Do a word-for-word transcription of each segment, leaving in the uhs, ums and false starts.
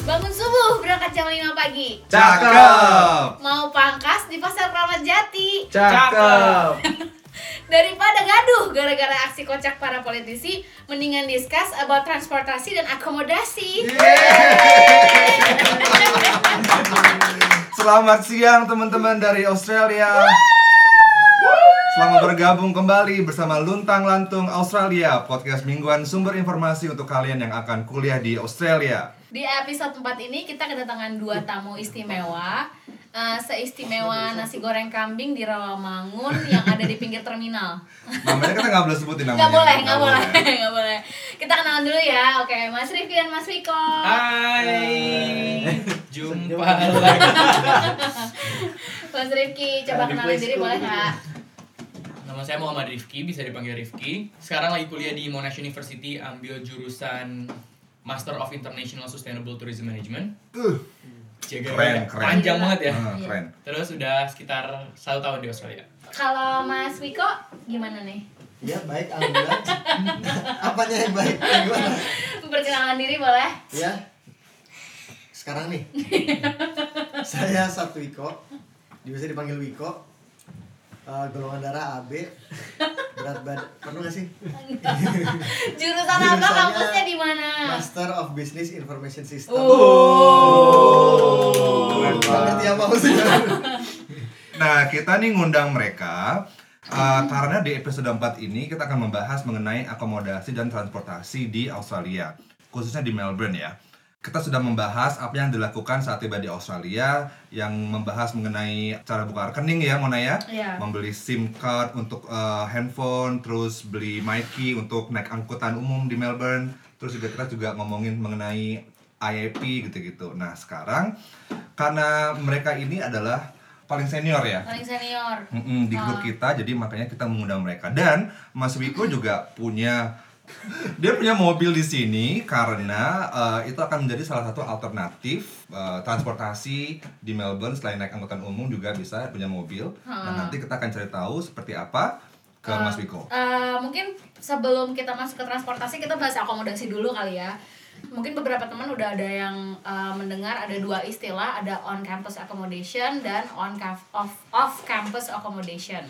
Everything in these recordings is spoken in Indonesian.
Bangun subuh berangkat jam lima pagi. Cakep. Mau pangkas di Pasar Kramat Jati. Cakep. Daripada gaduh gara-gara aksi kocak para politisi, mendingan discuss about transportasi dan akomodasi. Selamat siang teman-teman dari Australia. Selamat bergabung kembali bersama Luntang Lantung Australia, podcast mingguan sumber informasi untuk kalian yang akan kuliah di Australia. Di episode empat ini kita kedatangan dua tamu istimewa. Uh, seistimewa nasi goreng kambing di Rawamangun yang ada di pinggir terminal. Namanya kita nggak boleh sebutin namanya. Nggak boleh, nggak boleh, nggak boleh. Kita kenalan dulu ya. Oke, Mas Rifki dan Mas Wiko. Hai, jumpa lagi. Mas Rifki, coba kenalin diri boleh nggak? Nama saya Muhammad Rifki, bisa dipanggil Rifki. Sekarang lagi kuliah di Monash University, ambil jurusan Master of International Sustainable Tourism Management. Uh. Jaga Keren, keren. Panjang banget ya. Uh, keren. Terus udah sekitar satu tahun di Australia. Kalau Mas Wiko gimana nih? Ya baik, alhamdulillah. Apanya yang baik? Gimana? Perkenalan diri boleh? Ya. Sekarang nih. Saya Satu Wiko. Biasa dipanggil Wiko. Uh, golongan darah A B. Berat badan. Perlu nggak sih? Jurusan apa? Kampusnya di mana? Master of Business Information System. Oh. Nggak ngerti apa maksudnya. Nah, kita nih ngundang mereka uh, karena di episode empat ini kita akan membahas mengenai akomodasi dan transportasi di Australia, khususnya di Melbourne ya. Kita sudah membahas apa yang dilakukan saat tiba di Australia, yang membahas mengenai cara buka rekening ya, Mona ya, Iya. membeli SIM card untuk uh, handphone, terus beli MyKey untuk naik angkutan umum di Melbourne, terus juga kita juga ngomongin mengenai I A P gitu-gitu. Nah sekarang karena mereka ini adalah paling senior ya, Paling senior. Mm-mm, di grup Ah. kita, jadi makanya kita mengundang mereka. Dan Mas Wiko juga punya dia punya mobil di sini karena uh, itu akan menjadi salah satu alternatif uh, transportasi di Melbourne. Selain naik angkutan umum juga bisa punya mobil. Nah, nanti kita akan cari tahu seperti apa ke Uh, Mas Wiko. uh, mungkin sebelum kita masuk ke transportasi kita bahas akomodasi dulu kali ya. Mungkin beberapa teman udah ada yang uh, mendengar ada dua istilah, ada on campus accommodation dan on caf- off off campus accommodation.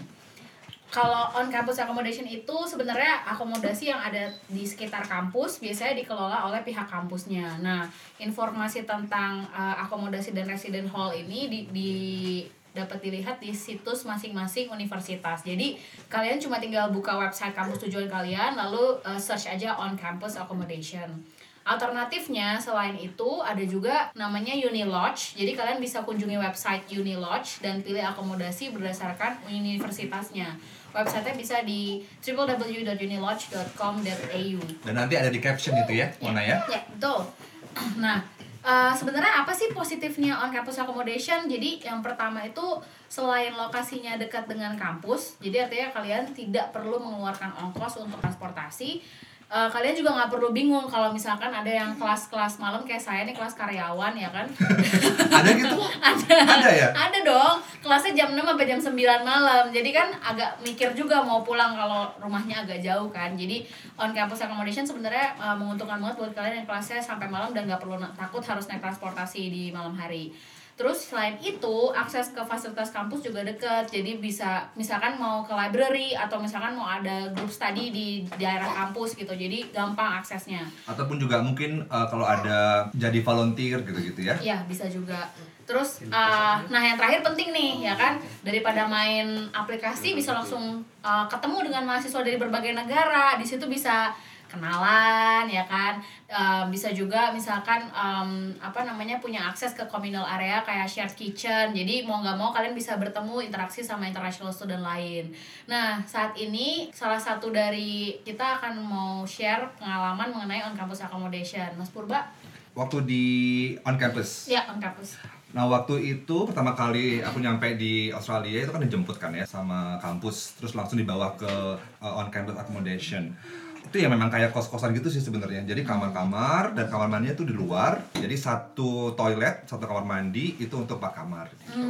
Kalau on campus accommodation itu sebenarnya akomodasi yang ada di sekitar kampus, biasanya dikelola oleh pihak kampusnya. Nah, informasi tentang uh, akomodasi dan resident hall ini di, di dapat dilihat di situs masing-masing universitas. Jadi kalian cuma tinggal buka website kampus tujuan kalian, lalu uh, search aja on campus accommodation. Alternatifnya selain itu ada juga namanya Unilodge. Jadi kalian bisa kunjungi website Unilodge dan pilih akomodasi berdasarkan universitasnya. Websitenya bisa di w w w dot unilodge dot com dot a u. Dan nanti ada di caption itu ya, Mona ya. Ya, betul. Nah, uh, sebenarnya apa sih positifnya on campus accommodation? Jadi yang pertama itu selain lokasinya dekat dengan kampus, jadi artinya kalian tidak perlu mengeluarkan ongkos untuk transportasi. Uh, kalian juga nggak perlu bingung kalau misalkan ada yang kelas-kelas malam kayak saya nih, kelas karyawan ya kan. Ada gitu? ada Ada ya? ada dong, kelasnya jam enam sampai jam sembilan malam, jadi kan agak mikir juga mau pulang kalau rumahnya agak jauh kan. Jadi on campus accommodation sebenarnya uh, menguntungkan banget buat kalian yang kelasnya sampai malam dan nggak perlu na- takut harus naik transportasi di malam hari. Terus selain itu akses ke fasilitas kampus juga dekat, jadi bisa misalkan mau ke library atau misalkan mau ada group study di daerah kampus gitu, jadi gampang aksesnya. Ataupun juga mungkin uh, kalau ada jadi volunteer gitu-gitu ya. Iya, bisa juga. Terus, uh, nah yang terakhir penting nih, ya kan, daripada main aplikasi bisa langsung uh, ketemu dengan mahasiswa dari berbagai negara. Di situ bisa kenalan, ya kan, uh, bisa juga misalkan um, apa namanya punya akses ke communal area kayak shared kitchen. Jadi mau nggak mau kalian bisa bertemu interaksi sama international student lain. Nah saat ini salah satu dari kita akan mau share pengalaman mengenai on campus accommodation. Mas Purba? Waktu di on campus. Ya, on campus. Nah waktu itu pertama kali aku nyampe di Australia itu kan dijemput kan ya sama kampus, terus langsung dibawa ke uh, on campus accommodation. Itu ya memang kayak kos-kosan gitu sih sebenarnya. Jadi kamar-kamar dan kamar mandinya tuh di luar. Jadi satu toilet, satu kamar mandi itu untuk empat kamar gitu. Hmm.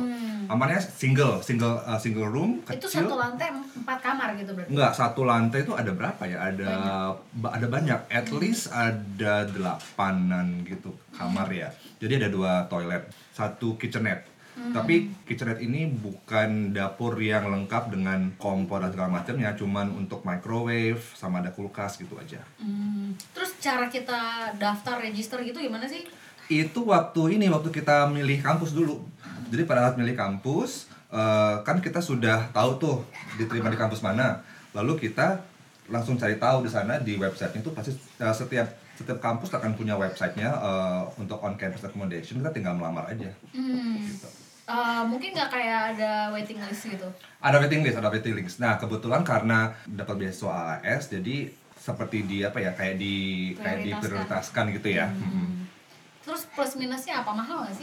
Kamarnya single, single uh, single room kecil. Itu satu lantai empat kamar gitu berarti? Enggak, satu lantai itu ada berapa ya? Ada banyak. Ba- ada banyak, at least ada delapanan gitu kamar ya. Jadi ada dua toilet, satu kitchenette. Hmm. Tapi kitchenette ini bukan dapur yang lengkap dengan kompor dan segala macamnya, cuman untuk microwave sama ada kulkas gitu aja. Hmm. Terus cara kita daftar register gitu gimana sih? Itu waktu ini waktu kita milih kampus dulu. Jadi pada saat milih kampus uh, kan kita sudah tahu tuh diterima di kampus mana. Lalu kita langsung cari tahu di sana di websitenya tuh pasti uh, setiap setiap kampus akan punya websitenya uh, untuk on campus accommodation. Kita tinggal melamar aja. Hmm. Gitu. Uh, mungkin nggak kayak ada waiting list gitu? Ada waiting list, ada waiting list. Nah kebetulan karena dapat beasiswa A A S, jadi seperti di apa ya kayak di kayak diprioritaskan gitu ya. Hmm. Hmm. Terus plus minusnya apa, mahal nggak sih?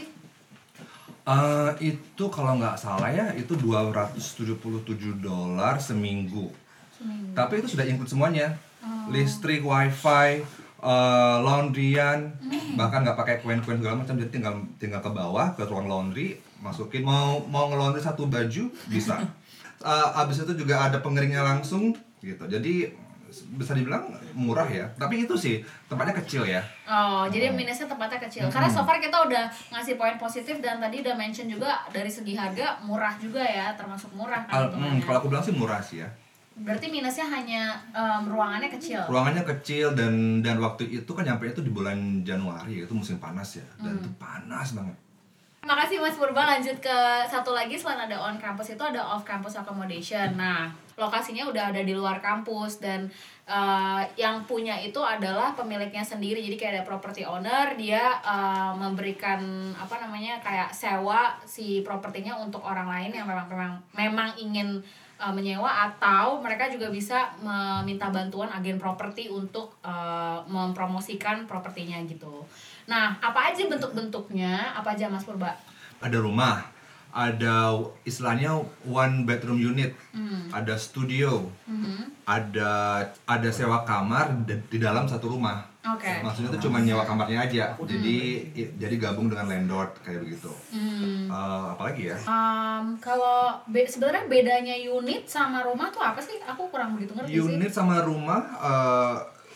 Uh, itu kalau nggak salah ya itu dua ratus tujuh puluh tujuh dolar seminggu. Seminggu. Tapi itu sudah include semuanya. Oh. Listrik, wifi, uh, laundryan, Hmm. bahkan nggak pakai kuen-kuen segala macam. Jadi tinggal tinggal ke bawah ke ruang laundry, masukin mau mau nge-laundry satu baju bisa. uh, abis itu juga ada pengeringnya langsung gitu. Jadi bisa dibilang murah ya, tapi itu sih tempatnya kecil ya. Oh, jadi minusnya tempatnya kecil. Hmm. Karena so far kita udah ngasih poin positif dan tadi udah mention juga dari segi harga murah juga ya, termasuk murah kan Al- hitungannya. hmm, kalau aku bilang sih murah sih ya. Berarti minusnya hanya um, ruangannya kecil. Ruangannya kecil dan dan waktu itu kan nyampe itu di bulan Januari, itu musim panas ya, dan Hmm. itu panas banget. Makasih Mas Purba, lanjut ke satu lagi selain ada on campus itu ada off campus accommodation. Nah, lokasinya udah ada di luar kampus dan uh, yang punya itu adalah pemiliknya sendiri. Jadi kayak ada property owner, dia uh, memberikan apa namanya kayak sewa si propertinya untuk orang lain yang memang memang memang ingin uh, menyewa, atau mereka juga bisa meminta bantuan agen properti untuk uh, mempromosikan propertinya gitu. Nah, apa aja bentuk-bentuknya? Apa aja Mas Purba? Ada rumah, ada istilahnya one bedroom unit, Hmm. ada studio, Mhm. ada ada sewa kamar di, di dalam satu rumah. Oke. Maksudnya itu cuma nyewa kamarnya aja, jadi i- jadi gabung dengan landlord kayak begitu. Hmm. Uh, apalagi ya? Um, kalau be- sebenarnya bedanya unit sama rumah tuh apa sih? Aku kurang begitu ngerti sih. Unit sama rumah, uh,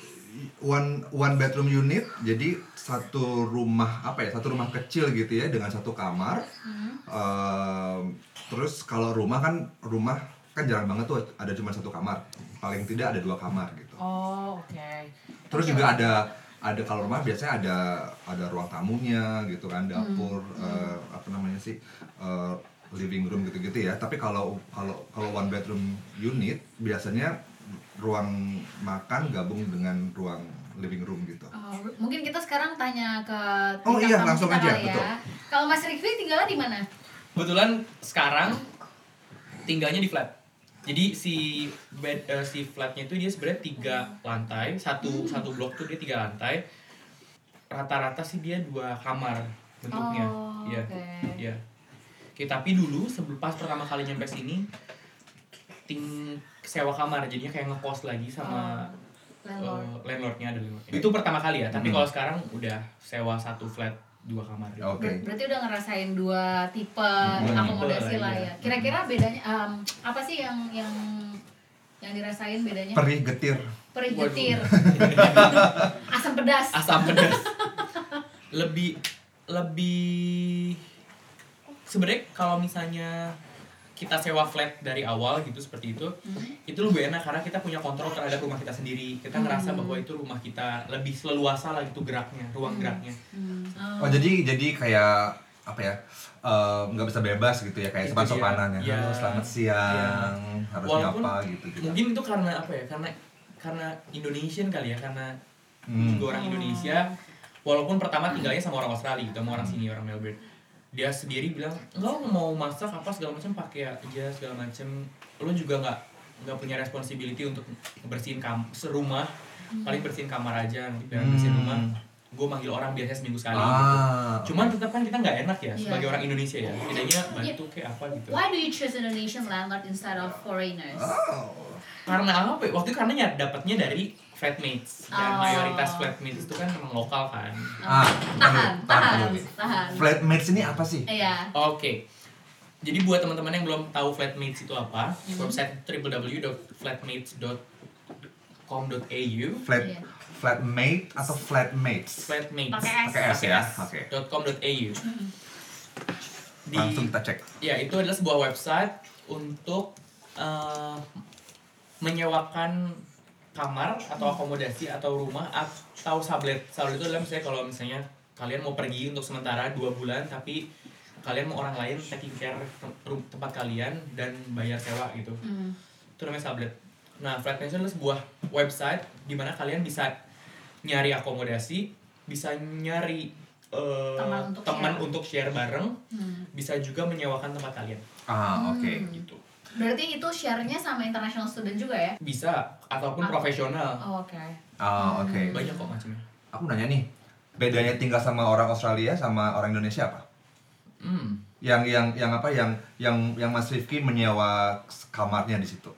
one one bedroom unit, jadi satu rumah apa ya, satu rumah kecil gitu ya dengan satu kamar. Hmm. Um, terus kalau rumah kan rumah kan jarang banget tuh ada cuma satu kamar, paling tidak ada dua kamar gitu. Oh, oke. Terus Oke. juga ada ada kalau rumah biasanya ada ada ruang tamunya gitu kan, dapur, eh, apa namanya sih, eh, living room gitu-gitu ya. Tapi kalau kalau kalau one bedroom unit biasanya ruang makan gabung dengan ruang living room gitu. Oh, mungkin kita sekarang tanya ke Oh bintang iya, tamu langsung kita aja, kali ya. betul. Kalau Mas Rifki tinggalnya di mana? Kebetulan sekarang tinggalnya di flat. Jadi si bed eh, si flatnya itu dia sebenarnya tiga lantai, satu satu blok tuh dia tiga lantai. Rata-rata sih dia dua kamar bentuknya. Oh, Iya. oke. Iya. Oke, tapi dulu sebelum pas pertama kali nyampe sini ting sewa kamar, jadinya kayak ngekos lagi sama Oh, landlord. eh, landlordnya ada landlordnya. Itu pertama kali ya, tapi Hmm. kalau sekarang udah sewa satu flat dua kamar. Oke. Ber- berarti udah ngerasain dua tipe Hmm. akomodasi Tipe, lah iya. ya. Kira-kira bedanya um, apa sih yang yang yang dirasain bedanya? Perih getir. Perih Waduh. getir. Asam pedas. Asam pedas. lebih lebih sebenarnya kalau misalnya kita sewa flat dari awal gitu seperti itu, Hmm. itu lebih enak karena kita punya kontrol terhadap rumah kita sendiri. Kita ngerasa Hmm. bahwa itu rumah kita lebih leluasa lah gitu geraknya, ruang Hmm. geraknya. Hmm. Oh jadi jadi kayak apa ya, eh, nggak bisa bebas gitu ya, kayak Itu sopan-sopanan ya. dia. Halo, Iya. selamat siang, harus Walaupun nyapa gitu gitu. Mungkin itu karena apa ya? Karena karena Indonesian kali ya, karena Hmm. juga orang Oh. Indonesia. Walaupun pertama tinggalnya sama orang Australia gitu, sama orang sini, orang Melbourne. Dia sendiri bilang, "Lo mau masak apa segala macam pakai aja segala macam. Lo juga nggak nggak punya responsibility untuk bersihin kam serumah, paling bersihin kamar aja, nanti biar bersihin rumah. Gue manggil orang biasanya seminggu sekali." gitu. Ah, Cuman tetap kan kita nggak enak ya Iya. sebagai orang Indonesia ya. Tidaknya bantu kayak apa gitu. Why do you choose Indonesian landlord instead of foreigners? Oh. Karena apa? ya? Waktu itu karena ya dapatnya dari flatmates dan Oh. mayoritas flatmates itu kan memang lokal kan. Ah, tahan, tahan, dulu. tahan. Flatmates ini apa sih? Iya. Oke. Jadi buat teman-teman yang belum tahu Flatmates itu apa, Mhm. website w w w dot flatmates dot com dot a u. Flat Iya. flatmate atau flatmates? Flatmates. Pakai S. Pakai S ya. Oke. dot com dot a u. Di, Langsung kita cek. ya itu adalah sebuah website untuk uh, menyewakan kamar atau akomodasi atau rumah atau sublet. Sublet itu adalah misalnya kalau misalnya kalian mau pergi untuk sementara dua bulan tapi kalian mau orang lain taking care tem- tempat kalian dan bayar sewa gitu. Hmm. Itu namanya sublet. Nah, Flatmates itu adalah sebuah website di mana kalian bisa nyari akomodasi, bisa nyari uh, Teman untuk teman share. untuk share bareng, Hmm. bisa juga menyewakan tempat kalian Ah, oke. Hmm. gitu. Berarti itu share-nya sama international student juga ya? Bisa ataupun Ah. profesional. Oh, oke. Ah, oke. Hmm. Banyak kok macamnya. Aku nanya nih, bedanya tinggal sama orang Australia sama orang Indonesia apa? Hmm. Yang yang yang apa yang yang yang Mas Rifki menyewa kamarnya di situ.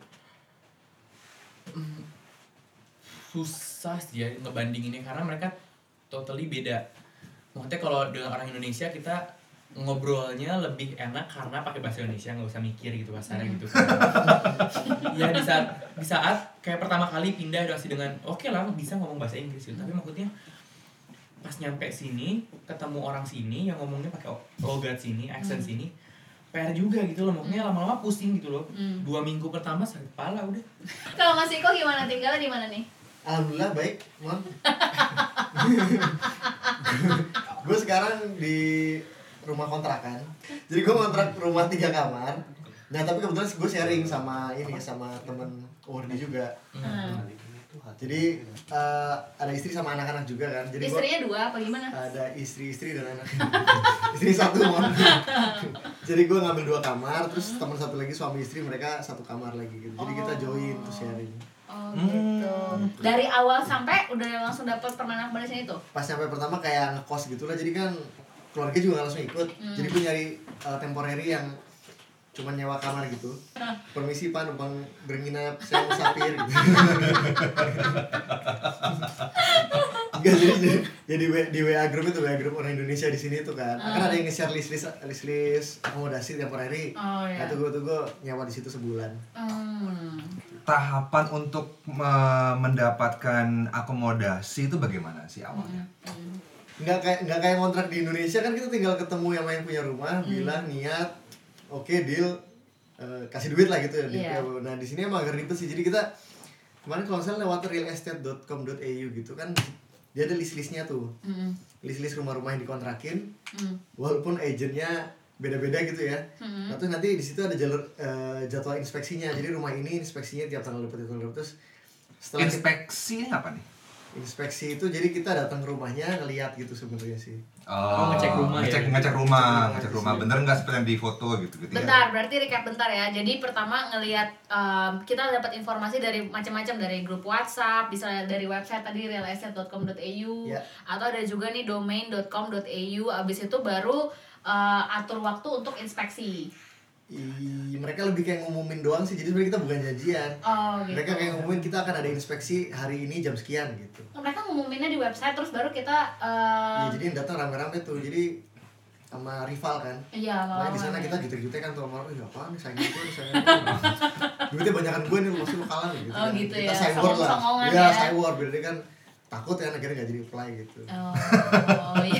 Susah sih ya ngebandinginnya karena mereka totally beda. Maksudnya kalau dengan orang Indonesia kita ngobrolnya lebih enak karena pakai bahasa Indonesia, nggak usah mikir gitu kasarnya gitu. Ya di saat di saat kayak pertama kali pindah masih dengan oke lah bisa ngomong bahasa Inggris gitu, tapi maksudnya pas nyampe sini ketemu orang sini yang ngomongnya pakai logat sini, accent Hmm. sini, P R juga gitu loh, maksudnya lama-lama pusing gitu loh. Hmm. Dua minggu pertama sakit kepala udah. Kalau Mas Iko gimana, tinggalnya di mana nih? Alhamdulillah baik, Mon. Gue sekarang di rumah kontrakan. Jadi gue kontrak rumah tiga kamar. Nah tapi kebetulan gue sharing sama ini sama temen Wardi juga. Hmm. Jadi eh, ada istri sama anak-anak juga kan. Jadi gua- Istrinya dua apa gimana? ada istri-istri dan anak. Istri satu Mon. Jadi gue ngambil dua kamar, terus teman satu lagi suami istri mereka satu kamar lagi gitu. Jadi kita Oh. join terus sharing. Oh Hmm. gitu. Dari awal sampai udah langsung dapat permanen akomodasinya itu? Pas sampai pertama kayak ngekos gitulah, jadi kan keluarga juga nggak langsung ikut. Hmm. Jadi gue nyari uh, temporary yang cuma nyewa kamar gitu. Permisi Pak, numpang bernginap, saya mau sapir gitu. Enggak, jadi jadi, jadi W- di W A group itu W A group orang Indonesia di sini tuh kan. Kan ada yang nge-share list-list list-list akomodasi temporary. Oh Nah, ya. tuh gue tuh gue nyewa di situ sebulan. Hmm. Tahapan untuk me- mendapatkan akomodasi itu bagaimana sih awalnya? Hmm. Nggak kayak nggak kayak kontrak di Indonesia kan, kita tinggal ketemu yang main punya rumah, bilang niat, oke deal, eh, kasih duit lah gitu ya. di Iya. P O. Nah di sini emang agak ribet sih. Jadi kita kemarin kalau nggak salah lewat real estate dot com dot a u gitu kan, dia ada list-listnya tuh, Hmm. list-list rumah-rumah yang dikontrakin, Hmm. walaupun agentnya beda-beda gitu ya. Hmm. Nah, terus nanti di situ ada jalur eh, jadwal inspeksinya. Jadi rumah ini inspeksinya tiap tanggal berapa, tiap tanggal berapa. Terus setelah kita- Inspeksi ini apa nih? inspeksi itu jadi kita datang ke rumahnya ngeliat gitu sebenarnya sih. Oh, ngecek rumah ya? ngecek, ngecek rumah, Ngecek ngecek rumah rumah. sih. Bener nggak seperti yang di foto gitu gitu ya? Bentar, berarti recap bentar ya. Jadi pertama ngelihat um, kita dapat informasi dari macam-macam, dari grup WhatsApp, bisa dari website tadi real estate dot com dot a u, Ya. atau ada juga nih domain dot com dot a u. Abis itu baru uh, atur waktu untuk inspeksi. I, mereka lebih kayak ngumumin doang sih, jadi sebenarnya kita bukan janjian. Oh gitu. Mereka kayak ngumumin kita akan ada inspeksi hari ini jam sekian gitu. Mereka ngumuminnya di website, terus baru kita uh, Ya, jadi yang datang rame-rame tuh, jadi sama rival kan. iya Nah malah di sana ya. kita jutek-jutek kan tuh sama orang, ya apaan nih saingan gue, nih, saingan gue. Duitnya banyakan gue nih, masih lu kalah nih gitu. Oh, kan. gitu Kita ya, cyber lah. songong-songongan Iya, ya. cyber, biar dia kan takut ya akhirnya gak jadi apply gitu. Oh, iya.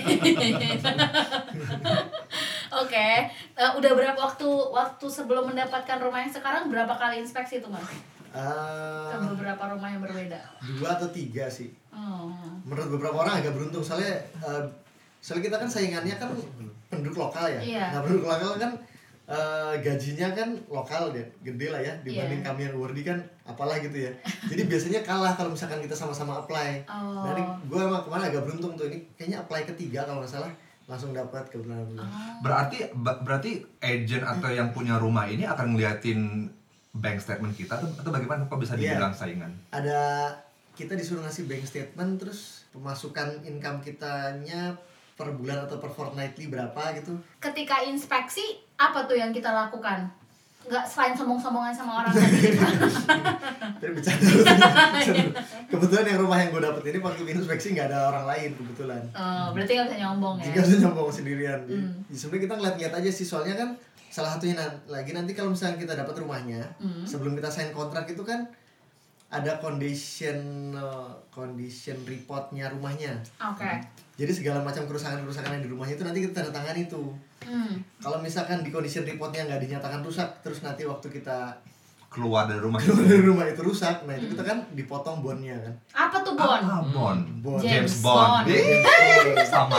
Oke, Eh, udah berapa waktu waktu sebelum mendapatkan rumah yang sekarang berapa kali inspeksi tuh Mas? Eh, Ke beberapa rumah yang berbeda. dua atau tiga sih. Oh. Menurut beberapa orang agak beruntung, soalnya eh, soalnya kita kan saingannya kan penduduk lokal ya. Iya. Nah penduduk lokal kan eh, gajinya kan lokal deh, gede lah ya dibanding Iya. kami yang Wardi kan apalah gitu ya. Jadi biasanya kalah kalau misalkan kita sama-sama apply. Oh. Nah ini gue emang kemarin agak beruntung tuh, ini kayaknya apply ketiga kalau nggak salah langsung dapat kebetulan. Oh. Berarti ba- berarti agent atau yang punya rumah ini akan ngeliatin bank statement kita atau, atau bagaimana kok bisa Iya. dibilang saingan? Ada kita disuruh ngasih bank statement, terus pemasukan income kitanya per bulan atau per fortnightly berapa gitu. Ketika inspeksi apa tuh yang kita lakukan? nggak selain sombong-sombongan sama orang tadi. Tapi bercanda. Kebetulan yang rumah yang gue dapet ini waktu inspeksi nggak ada orang lain kebetulan. Oh, berarti nggak bisa nyombong ya? Jika bisa nyombong sendirian. Hmm. Jadi, sebenarnya kita ngeliat-ngeliat aja sih, soalnya kan salah satunya lagi nanti kalau misalnya kita dapat rumahnya, Hmm. sebelum kita sign kontrak itu kan ada condition uh, condition reportnya rumahnya. Oke. Okay. Jadi segala macam kerusakan-kerusakan yang di rumahnya itu nanti kita tanda tangan itu. Hmm. Kalau misalkan di condition reportnya nggak dinyatakan rusak, terus nanti waktu kita Keluar dari rumah keluar dari rumah itu rusak, nah itu kita kan dipotong bondnya kan. Apa tuh Bon? Ah, Bond. Bond. James James Bond. Bond. Ih, sama.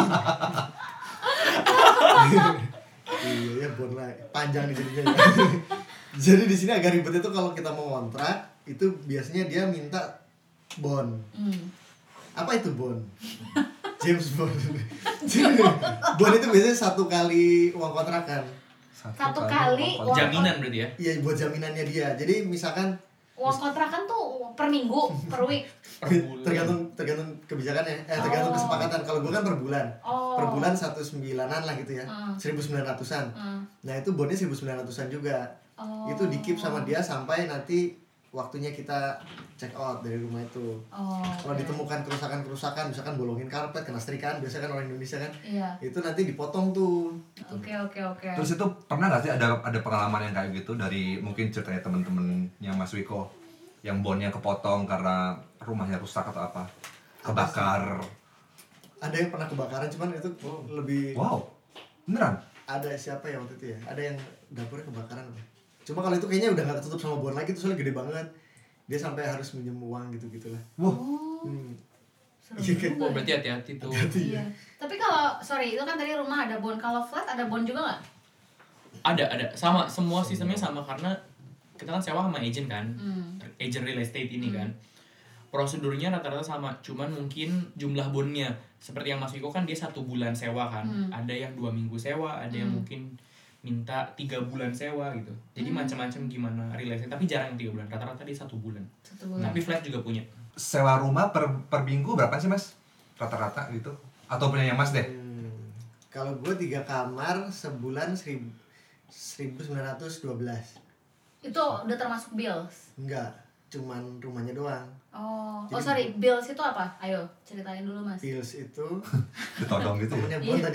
Iya ya bond lah, panjang nih jadinya. Ya. Jadi di sini agak ribet itu kalau kita mau kontrak itu biasanya dia minta bond. Hmm. Apa itu bond? James Bond. Bond itu biasanya satu kali uang kontrakan. Satu kali uang uang- Jaminan berarti ya? Iya buat jaminannya dia. Jadi misalkan Uang kontrakan tuh per minggu, per week. Per bulan. tergantung tergantung kebijakannya, eh tergantung Oh. kesepakatan. Kalau gue kan per bulan, Oh. per bulan satu sembilanan lah gitu ya, Hmm. seribu sembilan ratusan. Hmm. Nah itu bondnya seribu sembilan ratusan juga. Oh. Itu di keep sama dia sampai nanti waktunya kita check out dari rumah itu. Oh. Kalau oke. ditemukan kerusakan-kerusakan, misalkan bolongin karpet, kena setrikaan, biasa kan orang Indonesia kan, Iya. itu nanti dipotong tuh. Oke oke oke. Terus itu pernah nggak sih ada ada pengalaman yang kayak gitu dari mungkin ceritanya temen-temennya Mas Wiko yang bondnya kepotong karena rumahnya rusak atau apa? Kebakar. Ada yang pernah kebakaran, cuman itu lebih Wow. Beneran? ada siapa ya waktu itu ya? Ada yang dapurnya kebakaran. Cuma kalau itu kayaknya udah nggak tertutup sama bond lagi, tuh soalnya gede banget. Dia sampai harus minjem uang gitu-gitulah. Wah. Oh. Hmm. Seru Iya, kan? juga Oh, ya. berarti hati-hati tuh. Iya. Tapi kalau sorry itu kan tadi rumah ada bond, kalau flat ada bond juga nggak? Ada, ada. Sama, semua sistemnya sama karena kita kan sewa sama agent kan. Hmm. Agent real estate ini kan. Prosedurnya rata-rata sama, cuman mungkin jumlah bondnya. Seperti yang Mas Wiko kan dia satu bulan sewa kan. Hmm. Ada yang dua minggu sewa, ada yang Hmm. mungkin minta tiga bulan sewa gitu. Jadi Hmm. macam-macam gimana real estate, tapi jarang tiga bulan. Rata-rata dia satu bulan. Satu bulan. Tapi flat juga punya. Sewa rumah per per minggu berapa sih Mas? Rata-rata gitu? Atau punya yang Mas deh? Hmm. Kalau gue tiga kamar sebulan seribu seribu sembilan ratus dua belas. Itu udah termasuk bills. Enggak, cuman rumahnya doang. Oh, oh Jadi- sorry, bills itu apa? Ayo ceritain dulu Mas. Bills itu Ditodong gitu ya? temennya Bon Iya. tadi.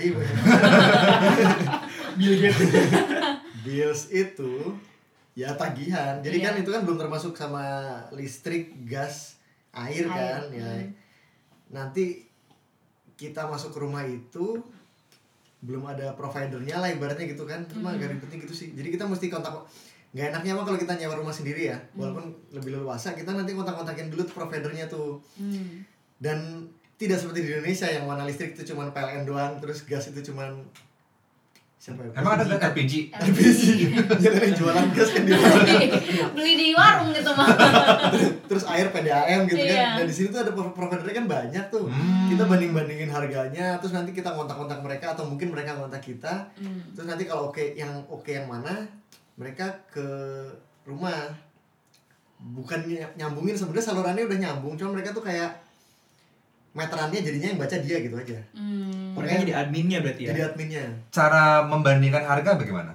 Bill Gates. Bills itu ya tagihan. Jadi Iya. kan itu kan belum termasuk sama listrik, gas, air, Air, kan ya. hmm. Nanti kita masuk ke rumah itu belum ada providernya lah ibaratnya gitu kan. Cuma Hmm. agak ribetnya gitu sih. Jadi kita mesti kontak. Nggak enaknya mah kalau kita nyewa rumah sendiri ya. Walaupun lebih leluasa, kita nanti kontak-kontakin dulu tuh providernya tuh. Hmm. Dan tidak seperti di Indonesia yang mana listrik itu cuma P L N doang, terus gas itu cuma siapa ya? Emang ada nggak L P G? L P G. Jangan yang jualan gas kan dia. Beli di warung gitu mah. Terus air P D A M gitu Iya. kan. Dan di sini tuh ada pro- providernya kan banyak tuh. Hmm. Kita banding-bandingin harganya, terus nanti kita kontak-kontak mereka atau mungkin mereka kontak kita. Hmm. Terus nanti kalau oke yang oke yang mana, mereka ke rumah. Bukan ny- nyambungin, sebenarnya salurannya udah nyambung, cuma mereka tuh kayak meterannya jadinya yang baca dia gitu aja. Hmm. Mereka jadi adminnya berarti ya. Jadi adminnya. Cara membandingkan harga bagaimana?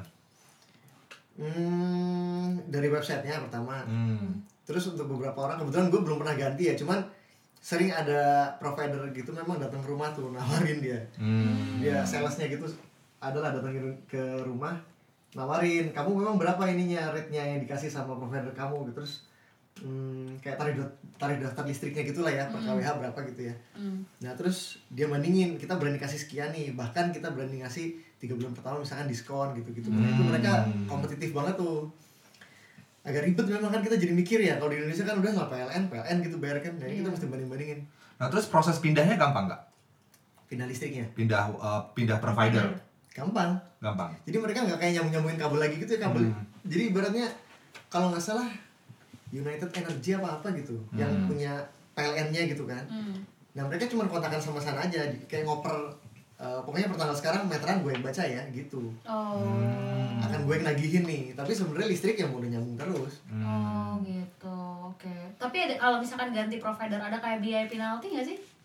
Hmm, dari websitenya pertama. Hmm. Terus untuk beberapa orang, kebetulan gue belum pernah ganti ya, cuman sering ada provider gitu memang datang ke rumah tuh nawarin dia. Hmm. Dia salesnya gitu adalah datangin ke rumah nawarin, kamu memang berapa ininya rate-nya yang dikasih sama provider kamu gitu. Terus hmm, kayak tarif tarif daftar listriknya gitulah ya per K W H berapa gitu ya. Hmm. Nah terus dia bandingin, kita berani kasih sekian nih, bahkan kita berani ngasih tiga bulan pertama misalkan diskon gitu-gitu. Nah, itu Hmm. mereka kompetitif banget tuh. Agak ribet memang kan, kita jadi mikir ya, kalau di Indonesia kan udah lah P L N, P L N gitu bayar kan. Nah, Iya. kita mesti banding-bandingin. Nah terus proses pindahnya gampang nggak? Pindah listriknya Pindah uh, pindah provider? gampang. Gampang. Jadi mereka nggak kayak nyambung-nyambungin kabel lagi gitu ya, kabel. Hmm. Jadi ibaratnya kalau nggak salah United Energy apa-apa gitu yang Hmm. punya P L N-nya gitu kan. Hmm. Nah mereka cuma kontakan sama sana aja, di- kayak ngoper uh, pokoknya per tanggal sekarang meteran gue yang baca ya gitu. Oh. Hmm. Akan gue yang nagihin nih, tapi sebenarnya listrik yang udah nyambung terus. Hmm. Oh gitu, oke. Tapi ada, kalau misalkan ganti provider ada kayak biaya penalti nggak sih?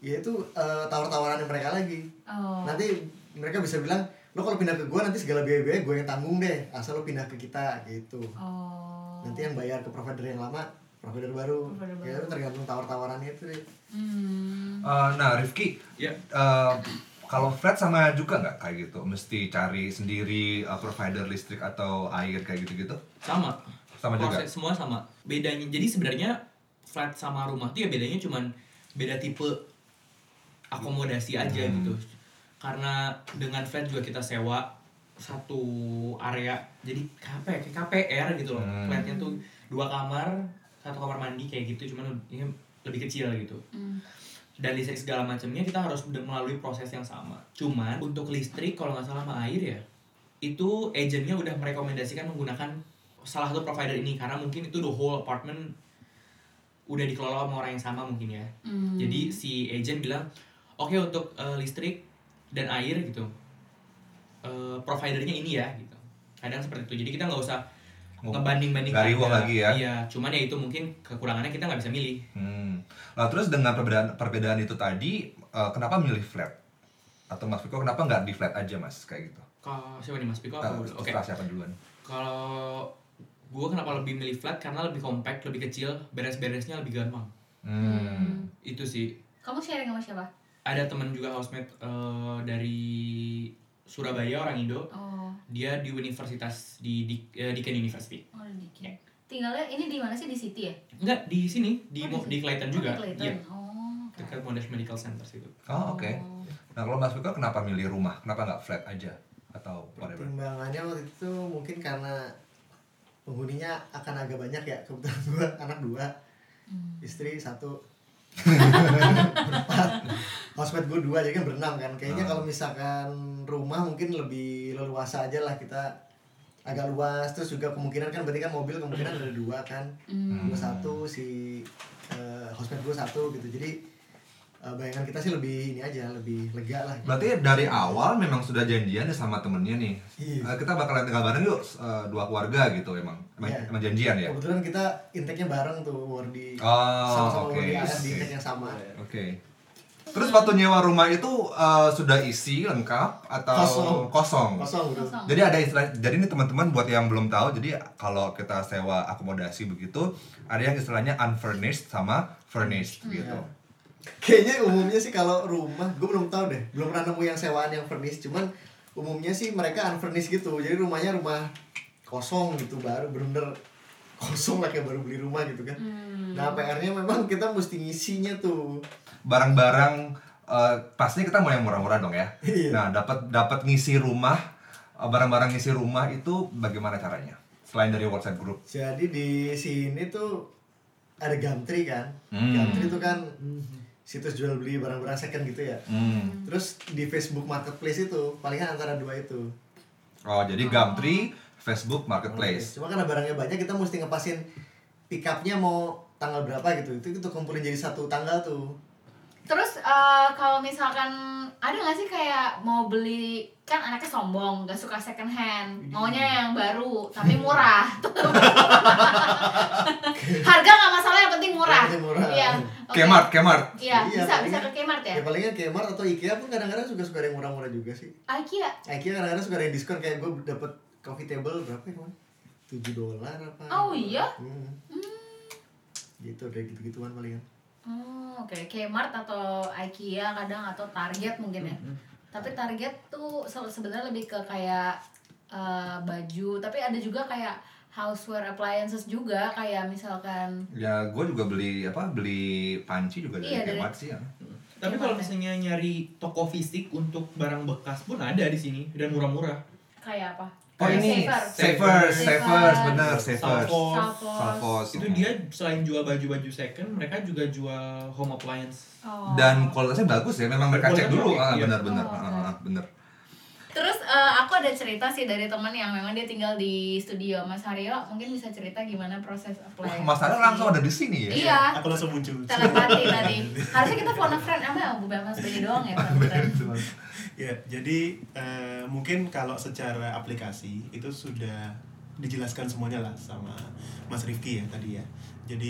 ya itu uh, tawar-tawaran mereka lagi. Oh. Nanti mereka bisa bilang, lo kalau pindah ke gue nanti segala biaya-biaya gue yang tanggung deh, asal lo pindah ke kita gitu. Oh. Nanti yang bayar ke provider yang lama, provider baru. Provider Ya itu tergantung tawar-tawarannya itu deh. Hmm. Uh, nah Rifki, Ya. uh, kalau flat sama juga nggak kayak gitu? Mesti cari sendiri uh, provider listrik atau air kayak gitu-gitu? Sama. Sama juga? Proses semua sama. Bedanya, jadi sebenarnya flat sama rumah tuh ya bedanya cuman beda tipe akomodasi aja Hmm. gitu. Karena dengan flat juga kita sewa satu area, jadi apa ya, kayak K P R gitu loh. Hmm. Flatnya tuh dua kamar, satu kamar mandi kayak gitu, cuman ini lebih kecil gitu. Hmm. Dan listrik segala macamnya kita harus melalui proses yang sama. Cuman untuk listrik kalau nggak salah sama air ya, itu agentnya udah merekomendasikan menggunakan salah satu provider ini karena mungkin itu the whole apartment udah dikelola sama orang yang sama mungkin ya. Hmm. Jadi si agent bilang, oke untuk uh, listrik dan air gitu, uh, providernya ini ya gitu. Kadang seperti itu. Jadi kita nggak usah ngebanding-banding Nggak riwah lagi ya? Iya, cuman ya itu mungkin kekurangannya kita nggak bisa milih. Hmm. Nah terus dengan perbedaan perbedaan itu tadi, uh, kenapa milih flat? Atau Mas Piko kenapa nggak di flat aja Mas kayak gitu? Kalau siapa nih Mas Piko? Uh, Oke. terserah siapa duluan? Kalau gue kenapa lebih milih flat karena lebih compact, lebih kecil, beres-beresnya lebih gampang. Hmm. Itu sih. Kamu sharing sama siapa? Ada teman juga housemate uh, dari Surabaya, orang Indo. Oh. Dia di universitas di, di uh, Deakin University. Oh, dikit. Tinggalnya ini di mana sih, di City ya? Enggak, di sini, di Oh, Mo- di di Clayton Oh, juga. di Clayton. Iya. Oh. oke. Dekat Monash Medical Center situ. Oh oke. Oh. Nah kalau Mas Piko kenapa milih rumah? Kenapa nggak flat aja? Atau whatever? Pertimbangannya waktu itu mungkin karena penghuninya akan agak banyak ya. Kebetulan gue anak dua, Hmm. istri satu, berempat. Housemate gue dua, jadi kan berenam kan. Kayaknya Ah. kalau misalkan rumah mungkin lebih leluasa aja lah, kita agak luas. Terus juga kemungkinan kan berarti kan mobil kemungkinan ada dua kan. Hmm. Gue satu, si uh, housemate gue satu gitu. Jadi uh, bayangan kita sih lebih ini aja, lebih lega lah. Berarti dari awal memang sudah janjian ya sama temennya nih. Iya. Eh, kita bakalan tinggal bareng yuk, eh, dua keluarga gitu emang. Emang, Iya. emang janjian ya? Kebetulan kita intake-nya bareng tuh, Wardi. Oh, Sama-sama oke. Wardi A R di Oke. intake yang sama. Oke. Terus waktu nyewa rumah itu eh, sudah isi lengkap atau Kosong. kosong? Kosong bro. Kosong. Jadi ada istilah, jadi ini teman-teman buat yang belum tahu, jadi kalau kita sewa akomodasi begitu, ada yang istilahnya unfurnished sama furnished gitu. Iya. Kayaknya umumnya sih kalau rumah, gue belum tahu deh, belum pernah nemu yang sewaan yang furnished. Cuman umumnya sih mereka unfurnished gitu. Jadi rumahnya rumah kosong gitu, baru bener-bener kosong lah kayak baru beli rumah gitu kan. Hmm. Nah P R-nya memang kita mesti ngisinya tuh. Barang-barang eh, pastinya kita mau yang murah-murah dong ya. Iya. Nah, dapat dapat ngisi rumah, eh, barang-barang ngisi rumah itu bagaimana caranya? Selain dari WhatsApp group. Jadi di sini tuh ada Gumtree kan. Hmm. Gumtree tuh kan situs jual beli barang-barang second gitu ya. Hmm. Terus di Facebook Marketplace itu palingan antara dua itu. Oh, jadi Gumtree, Facebook Marketplace. Cuma karena barangnya banyak, kita mesti ngepasin pick up-nya mau tanggal berapa gitu. Itu kita kumpulin jadi satu tanggal tuh. Terus eh, kalau misalkan ada nggak sih kayak mau beli, kan anaknya sombong, gak suka second hand, maunya yang baru tapi murah. Harga nggak masalah, yang penting murah. Yang penting murah. Iya. oke. Kmart, Kmart. Iya, Iya, bisa bisa palingan- ke Kmart ya. Ya palingan Kmart atau IKEA pun kadang-kadang juga suka ada yang murah-murah juga sih. IKEA. IKEA kadang-kadang suka ada yang diskon, kayak gue dapet coffee table berapa ya kemarin? tujuh dolar apa? Oh iya. Hmm. Gitu, kayak gitu-gituan palingan. Oh, oke. Kmart atau IKEA kadang, atau Target mungkin ya. Tapi Target tuh se- sebenarnya lebih ke kayak eh, baju, tapi ada juga kayak houseware appliances juga, kayak misalkan Ya, gue juga beli apa? Beli panci juga dari Iya, dari- Kmart sih ya. Tapi kalau misalnya nyari toko fisik untuk barang bekas pun ada di sini dan murah-murah. kayak apa? Oh Kayak ini Saver. Savers, Savers. Savers, bener, Savers. Salvos. Salvos. Salvos. Itu dia selain jual baju-baju second, mereka juga jual home appliance. Oh. Dan kualitasnya bagus ya, memang mereka cek Kualitasnya dulu, oke, ah, iya. benar-benar, Oh, oke. ah, ah, bener. Terus eh, aku ada cerita sih dari teman yang memang dia tinggal di studio. Mas Haryo mungkin bisa cerita gimana proses apply. Wah, Mas Ara langsung ada di sini ya. Iya. Aku langsung muncul. Telepati tadi. Harusnya kita phone a friend, apa ya? Bukan Mas Bedi doang ya phone a friend. Ya, jadi eh, mungkin kalau secara aplikasi itu sudah dijelaskan semuanya lah sama Mas Rifki ya tadi ya. Jadi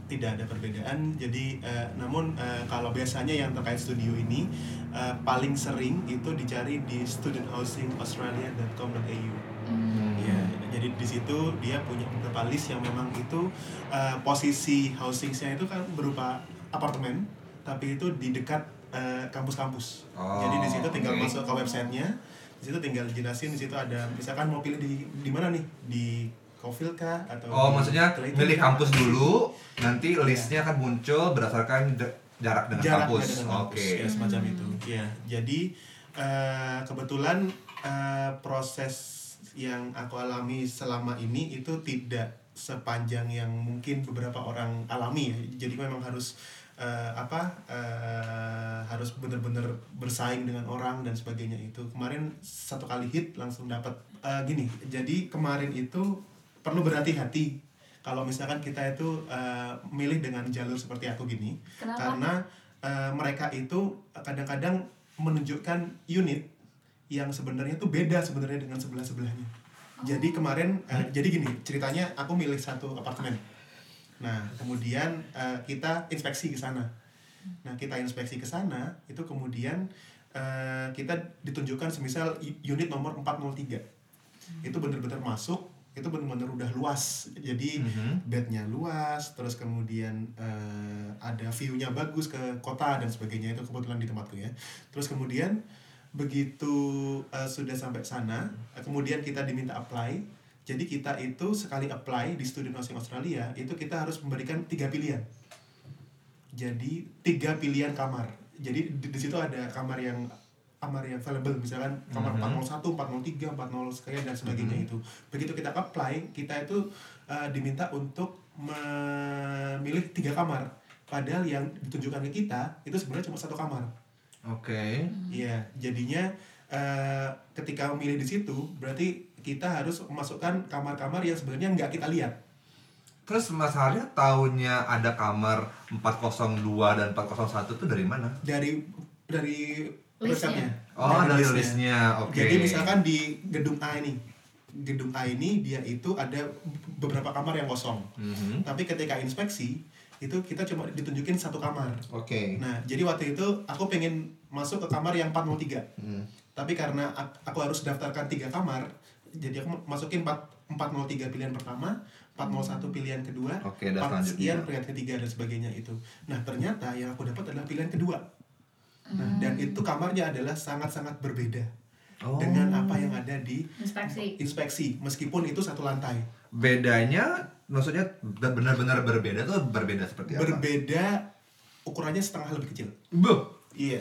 tidak ada perbedaan. Jadi uh, namun uh, kalau biasanya yang terkait studio ini uh, paling sering itu dicari di student housing australia dot com dot a u. Hmm. Ya, jadi di situ dia punya beberapa list yang memang itu uh, posisi housing-nya itu kan berupa apartemen, tapi itu di dekat uh, kampus-kampus. Oh, jadi di situ tinggal okay. masuk ke websitenya, di situ tinggal jelasin, di situ ada misalkan mau pilih di di mana nih, di Cofield kah atau Oh, maksudnya Clayton milih kah? kampus dulu, nanti listnya akan muncul berdasarkan de- jarak dengan Jaraknya kampus. dengan kampus, Oke. ya semacam itu. Ya, jadi uh, kebetulan uh, proses yang aku alami selama ini itu tidak sepanjang yang mungkin beberapa orang alami ya. Jadi memang harus uh, apa uh, harus benar-benar bersaing dengan orang dan sebagainya itu. Kemarin satu kali hit langsung dapat uh, gini. Jadi kemarin itu perlu berhati-hati kalau misalkan kita itu uh, milih dengan jalur seperti aku gini. Kenapa? Karena uh, mereka itu kadang-kadang menunjukkan unit yang sebenarnya tuh beda sebenarnya dengan sebelah-sebelahnya. Oh. Jadi kemarin uh, jadi gini ceritanya, aku milih satu apartemen. Nah, kemudian uh, kita inspeksi ke sana. Nah, kita inspeksi ke sana, itu kemudian uh, kita ditunjukkan semisal unit nomor empat nol tiga. Itu benar-benar masuk, itu benar-benar udah luas. Jadi Mhm. bednya luas, terus kemudian uh, ada view-nya bagus ke kota dan sebagainya. Itu kebetulan di tempatku ya. Terus kemudian begitu uh, sudah sampai sana, uh, kemudian kita diminta apply. Jadi kita itu sekali apply di Student Housing Australia, itu kita harus memberikan tiga pilihan. Jadi tiga pilihan kamar. Jadi di, di situ ada kamar yang kamar yang available, misalkan kamar Mhm. empat nol satu, empat nol tiga, empat nol sekian dan sebagainya Mhm. itu. Begitu kita apply, kita itu uh, diminta untuk memilih tiga kamar. Padahal yang ditunjukkan ke kita itu sebenarnya cuma satu kamar. Oke. Iya, jadinya uh, ketika memilih di situ, berarti kita harus memasukkan kamar-kamar yang sebenarnya nggak kita lihat. Terus Mas Arya taunya ada kamar empat nol dua dan empat nol satu itu dari mana? Dari dari Listnya. websitenya. Oh, dari listnya. Oke. Jadi misalkan di gedung A ini, gedung A ini dia itu ada beberapa kamar yang kosong. Mhm. Tapi ketika inspeksi itu kita cuma ditunjukin satu kamar. Oke. Nah, jadi waktu itu aku pengen masuk ke kamar yang empat nol tiga. Hmm. Tapi karena ak- aku harus daftarkan tiga kamar, jadi aku masukin empat nol tiga pilihan pertama, empat nol satu pilihan kedua, Oke, dan empat selanjutnya. sekian pilihan ketiga dan sebagainya itu. Nah, ternyata yang aku dapat adalah pilihan kedua. Nah, dan itu kamarnya adalah sangat-sangat berbeda Oh. dengan apa yang ada di Inspeksi. inspeksi, meskipun itu satu lantai. Bedanya maksudnya benar-benar berbeda tuh berbeda seperti apa? Berbeda, ukurannya setengah lebih kecil. Buh, Iya.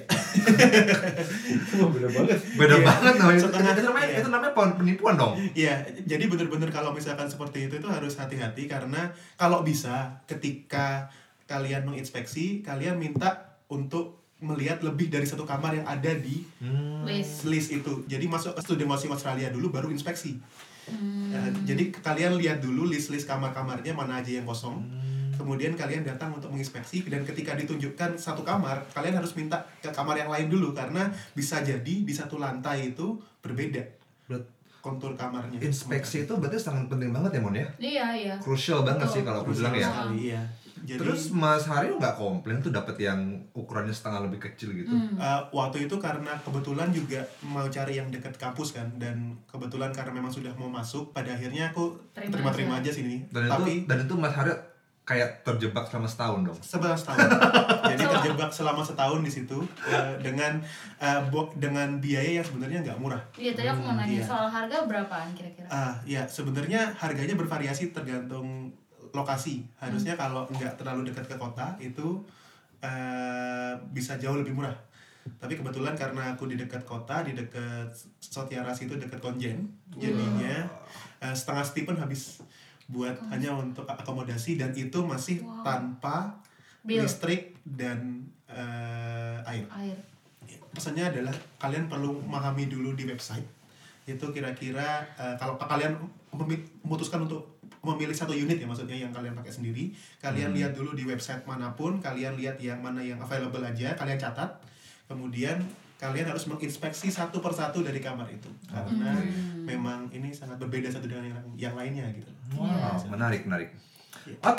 Beda banget. beda Iya, banget namanya. setengah, itu namanya iya. itu namanya pon- penipuan dong. Iya, jadi bener-bener kalau misalkan seperti itu itu harus hati-hati karena kalau bisa ketika kalian menginspeksi, kalian minta untuk melihat lebih dari satu kamar yang ada di Hmm. List. list itu. Jadi masuk ke Student Housing Australia dulu baru inspeksi. Hmm. Eh, jadi kalian lihat dulu list-list kamar-kamarnya mana aja yang kosong. Kemudian kalian datang untuk menginspeksi dan ketika ditunjukkan satu kamar, kalian harus minta ke kamar yang lain dulu karena bisa jadi di satu lantai itu berbeda Berat- kontur kamarnya. Inspeksi itu berarti sangat penting banget ya Mon ya? Iya, iya. Crucial banget Betul. sih kalau aku bilang ya. Sekali, iya. Jadi Terus Mas Haryo nggak komplain tuh dapat yang ukurannya setengah lebih kecil gitu? Hmm. uh, waktu itu karena kebetulan juga mau cari yang dekat kampus kan, dan kebetulan karena memang sudah mau masuk, pada akhirnya aku Terima terima-terima aja. aja sini. Dan Tapi itu dan itu Mas Haryo kayak terjebak selama setahun dong. sebelas tahun. Jadi terjebak selama setahun di situ uh, dengan uh, bo- dengan biaya yang sebenarnya nggak murah. Iya, tadi aku mau Hmm, nanya iya. soal harga berapaan kira-kira? Ah, ya sebenarnya harganya bervariasi tergantung lokasi. Harusnya kalau nggak terlalu dekat ke kota itu uh, bisa jauh lebih murah. Tapi kebetulan karena aku di dekat kota, di dekat Sotiaras itu dekat Konjen, jadinya uh, setengah stipend habis buat hanya untuk akomodasi dan itu masih Wow. tanpa Bill. listrik dan uh, air. Air. Pesannya adalah kalian perlu memahami dulu di website itu kira-kira uh, kalau kalian memi- memutuskan untuk memilih satu unit ya, maksudnya yang kalian pakai sendiri, kalian Hmm. lihat dulu di website manapun, kalian lihat yang mana yang available aja, kalian catat, kemudian kalian harus menginspeksi satu persatu dari kamar itu karena Hmm. memang ini sangat berbeda satu dengan yang, yang lainnya gitu. Wow, Iya. menarik, menarik. Iya. Oke,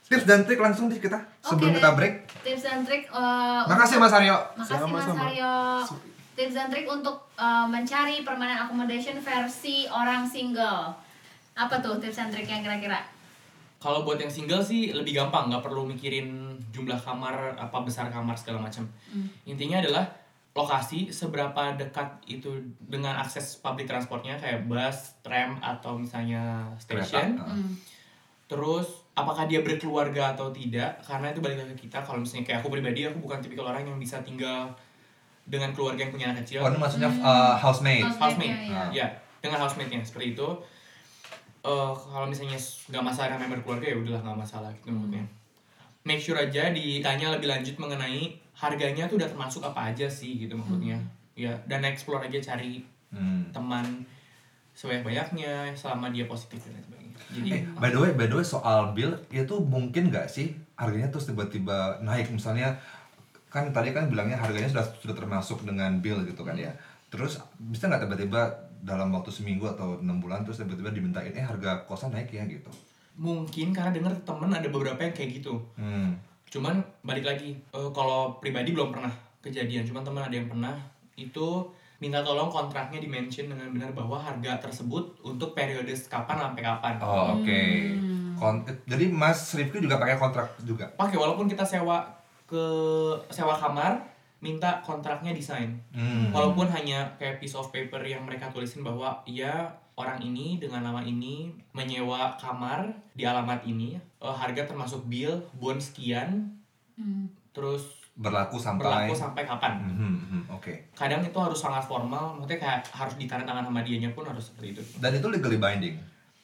Tips dan trik langsung deh kita sebelum Oke kita deh. break. Tips dan trik uh, Makasih untuk- Mas Aryo. Makasih Mas Sama-sama. Aryo. Tips dan trik untuk uh, mencari permanent accommodation versi orang single. Apa tuh tips dan triknya kira-kira? Kalau buat yang single sih lebih gampang, nggak perlu mikirin jumlah kamar, apa besar kamar segala macam. Hmm. Intinya adalah lokasi, seberapa dekat itu dengan akses public transportnya kayak bus, tram atau misalnya station. Kereta. Hmm. Terus apakah dia berkeluarga atau tidak? Karena itu balik lagi ke kita. Kalau misalnya kayak aku pribadi, aku bukan tipikal orang yang bisa tinggal dengan keluarga yang punya anak kecil. Oh, ini maksudnya uh, housemate. House- Housemate, Housemate-nya, ya, dengan housemate-nya seperti itu. Eh, kalau misalnya nggak masalah dengan member keluarga ya udahlah nggak masalah gitu maksudnya. Make sure aja ditanya lebih lanjut mengenai harganya tuh udah termasuk apa aja sih gitu maksudnya. Ya, dan explore aja, cari Hmm. teman sebanyak-banyaknya selama dia positif dan lain sebagainya. Jadi Eh, by the way, by the way soal bill itu mungkin nggak sih harganya terus tiba-tiba naik, misalnya kan tadi kan bilangnya harganya sudah sudah termasuk dengan bill gitu kan ya. Terus bisa nggak tiba-tiba dalam waktu seminggu atau enam bulan terus tiba-tiba dimintain eh harga kosan naik ya gitu. mungkin karena dengar temen ada beberapa yang kayak gitu. Hmm. Cuman balik lagi, eh, kalau pribadi belum pernah kejadian, cuman teman ada yang pernah itu minta tolong kontraknya di-mention dengan benar bahwa harga tersebut untuk periode kapan sampai kapan. Oh, oke. Hmm. Kon- jadi Mas Rifki juga pakai kontrak juga. Pakai walaupun kita sewa ke sewa kamar, minta kontraknya desain. Hmm. Walaupun hanya kayak piece of paper yang mereka tulisin bahwa ya orang ini dengan nama ini menyewa kamar di alamat ini, eh, harga termasuk bill, bon sekian, Hmm. terus berlaku sampai berlaku sampai kapan. Mhm, mhm, oke. Kadang itu harus sangat formal, maksudnya kayak harus ditandatangan sama dianya pun harus seperti itu. Dan itu legally binding.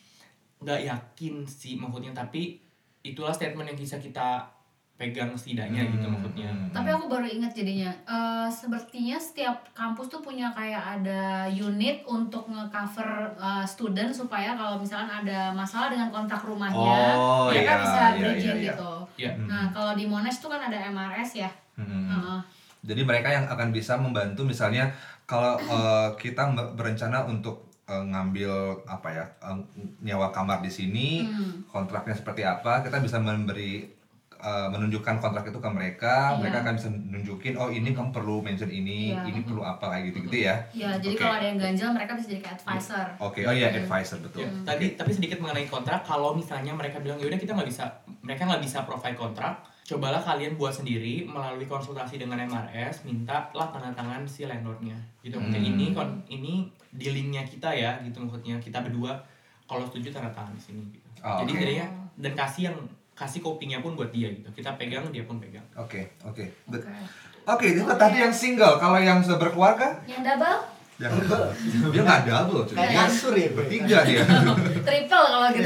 Nggak yakin sih maksudnya, tapi itulah statement yang bisa kita pegang setidaknya gitu Hmm, maksudnya. hmm, Tapi aku baru ingat jadinya, eh, sepertinya setiap kampus tuh punya kayak ada unit untuk nge-cover eh, student supaya kalau misalkan ada masalah dengan kontrak rumahnya, Oh, mereka iya, bisa iya, bridging iya, iya. gitu. Ya, Hmm. Nah, kalau di Monash tuh kan ada M R S ya. Hmm. Heeh. Jadi mereka yang akan bisa membantu misalnya kalau uh, kita be- berencana untuk uh, ngambil apa ya uh, nyewa kamar di sini, Hmm. kontraknya seperti apa, kita bisa memberi uh, menunjukkan kontrak itu ke mereka, Iya. mereka akan bisa nunjukin oh ini kamu perlu mention ini, Iya. ini perlu apa kayak gitu-gitu ya. Ya, jadi Oke. kalau ada yang ganjil mereka bisa jadi kayak advisor. Oke, oh iya Hmm. advisor betul. ya. Hmm. Tadi tapi sedikit mengenai kontrak, kalau misalnya mereka bilang yaudah kita nggak bisa, mereka nggak bisa provide kontrak, cobalah kalian buat sendiri melalui konsultasi dengan M R S, minta lah tanda tangan si landlordnya gitu. Maksudnya Hmm. ini kon ini dealingnya kita ya gitu maksudnya, kita berdua kalau setuju tanda tangan di sini gitu. Oh, Jadi oke. jadinya dan kasih yang kasih kopinya pun buat dia gitu, kita pegang dia pun pegang. Oke, oke. Bet- Oke. Oke, itu tadi yang single. Kalau yang sudah berkeluarga, Yang double? yang dia nggak double, cuy. Kayak Dia kasur ya, gue. bertiga dia. Triple kalau gitu.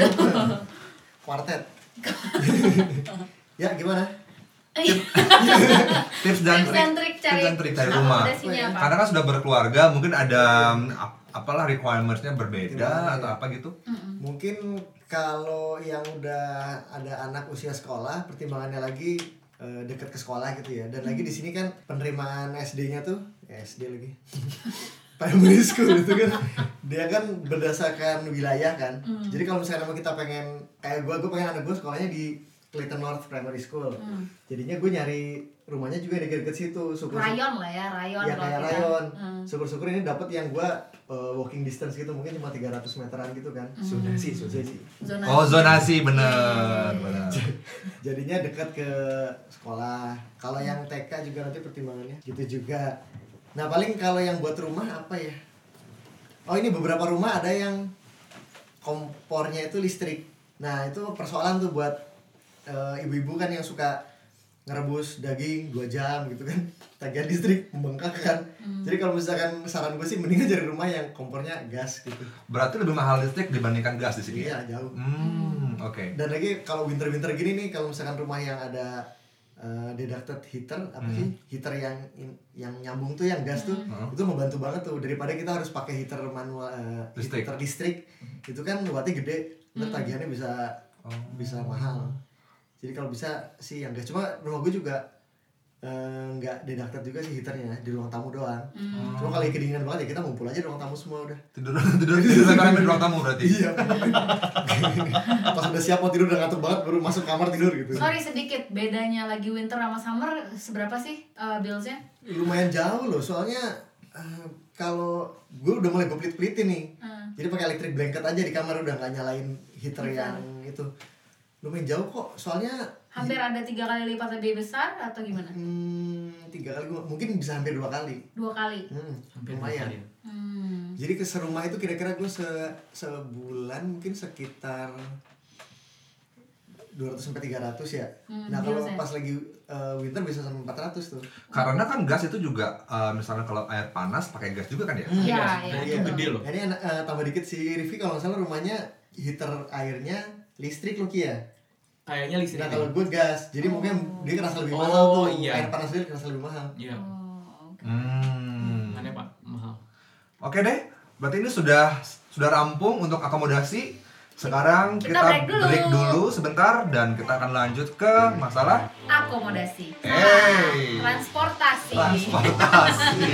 Quartet. Ya gimana? Tips dan Tips dan trik cari tips dan trik cari rumah. akomodasinya apa? Karena kan sudah berkeluarga, mungkin ada um, ap- apalah requirements-nya berbeda Gimana, atau ya? apa gitu. Mm-mm. Mungkin kalau yang udah ada anak usia sekolah, pertimbangannya lagi eh, dekat ke sekolah gitu ya. Dan lagi di sini kan penerimaan S D-nya tuh, ya S D lagi. Primary school itu kan dia kan berdasarkan wilayah kan. Hmm. Jadi kalau misalnya emang kita pengen kayak gue, gue pengen anak gue sekolahnya di Clayton North Primary School. Hmm. Jadinya gue nyari rumahnya juga deket-deket situ. Syukur Rayon lah ya, rayon. ya kalau kayak kita. rayon. Hmm. Syukur-syukur ini dapat yang gue uh, walking distance gitu, mungkin cuma tiga ratus meteran gitu kan. Hmm. Sudah sih, sudah sih. Zonasi. Oh, zonasi bener, Iya. bener. Jadinya dekat ke sekolah. Kalau yang T K juga nanti pertimbangannya gitu juga. Nah paling kalau yang buat rumah apa ya? Oh ini beberapa rumah ada yang kompornya itu listrik. Nah itu persoalan tuh buat eh, ibu-ibu kan yang suka ngerebus daging dua jam gitu kan. Tagihan listrik membengkak kan. Jadi kalau misalkan saran gue sih mendingan cari rumah yang kompornya gas gitu. Berarti lebih mahal listrik dibandingkan gas di sini ya? Iya jauh. Hmm, oke. Dan lagi kalau winter-winter gini nih, kalau misalkan rumah yang ada uh, deducted heater apa Hmm. sih, heater yang in- yang nyambung tuh yang gas tuh, Hmm. itu membantu banget tuh daripada kita harus pakai heater manual, uh, Listrik. heater listrik, itu kan wattnya gede, ntar Hmm. tagihannya bisa Oh. bisa mahal. Jadi kalau bisa sih yang gas, cuma rumah gue juga eh, nggak deducted juga sih heaternya di ruang tamu doang. Hmm. Cuma kalau kedinginan banget ya kita ngumpul aja di ruang tamu semua udah. Tidur tidur tidur sampai di ruang tamu berarti. Iya. Pas udah siap mau tidur udah ngantuk banget baru masuk kamar tidur gitu. Sorry sedikit, bedanya lagi winter sama summer seberapa sih uh, bills-nya? Lumayan jauh loh soalnya eh, kalau gue udah mulai gue pelit-pelitin nih. Hmm. Jadi pakai electric blanket aja di kamar udah nggak nyalain heater Heater. yang itu. Lumayan jauh kok soalnya Hampir ada tiga kali lipat lebih besar atau gimana? hmm, tiga kali gua, mungkin bisa hampir dua kali. Dua kali. Hmm, Hampir lumayan. kali. Hmm. Jadi ke serumah itu kira-kira gue se sebulan mungkin sekitar dua ratus sampai tiga ratus ya. Hmm, Nah, kalau bills ya? pas lagi uh, winter bisa sampai empat ratus tuh. Karena kan gas itu juga uh, misalnya kalau air panas pakai gas juga kan ya? Iya, Iya, iya. itu betul. gede loh. Ini uh, tambah dikit si Rivi kalau nggak salah rumahnya heater airnya listrik loh Ki ya. Kayaknya listrik. Nah kalau gue gas, jadi mungkin dia kerasa lebih Oh, mahal tuh. iya. Air panas dia kerasa lebih mahal. Iya. Oh, oke. Hmm. Makanya Pak, mahal. Oke deh, berarti ini sudah sudah rampung untuk akomodasi. Sekarang Kita kita, break dulu. break dulu sebentar dan kita akan lanjut ke masalah Akomodasi. Hey. Transportasi. transportasi.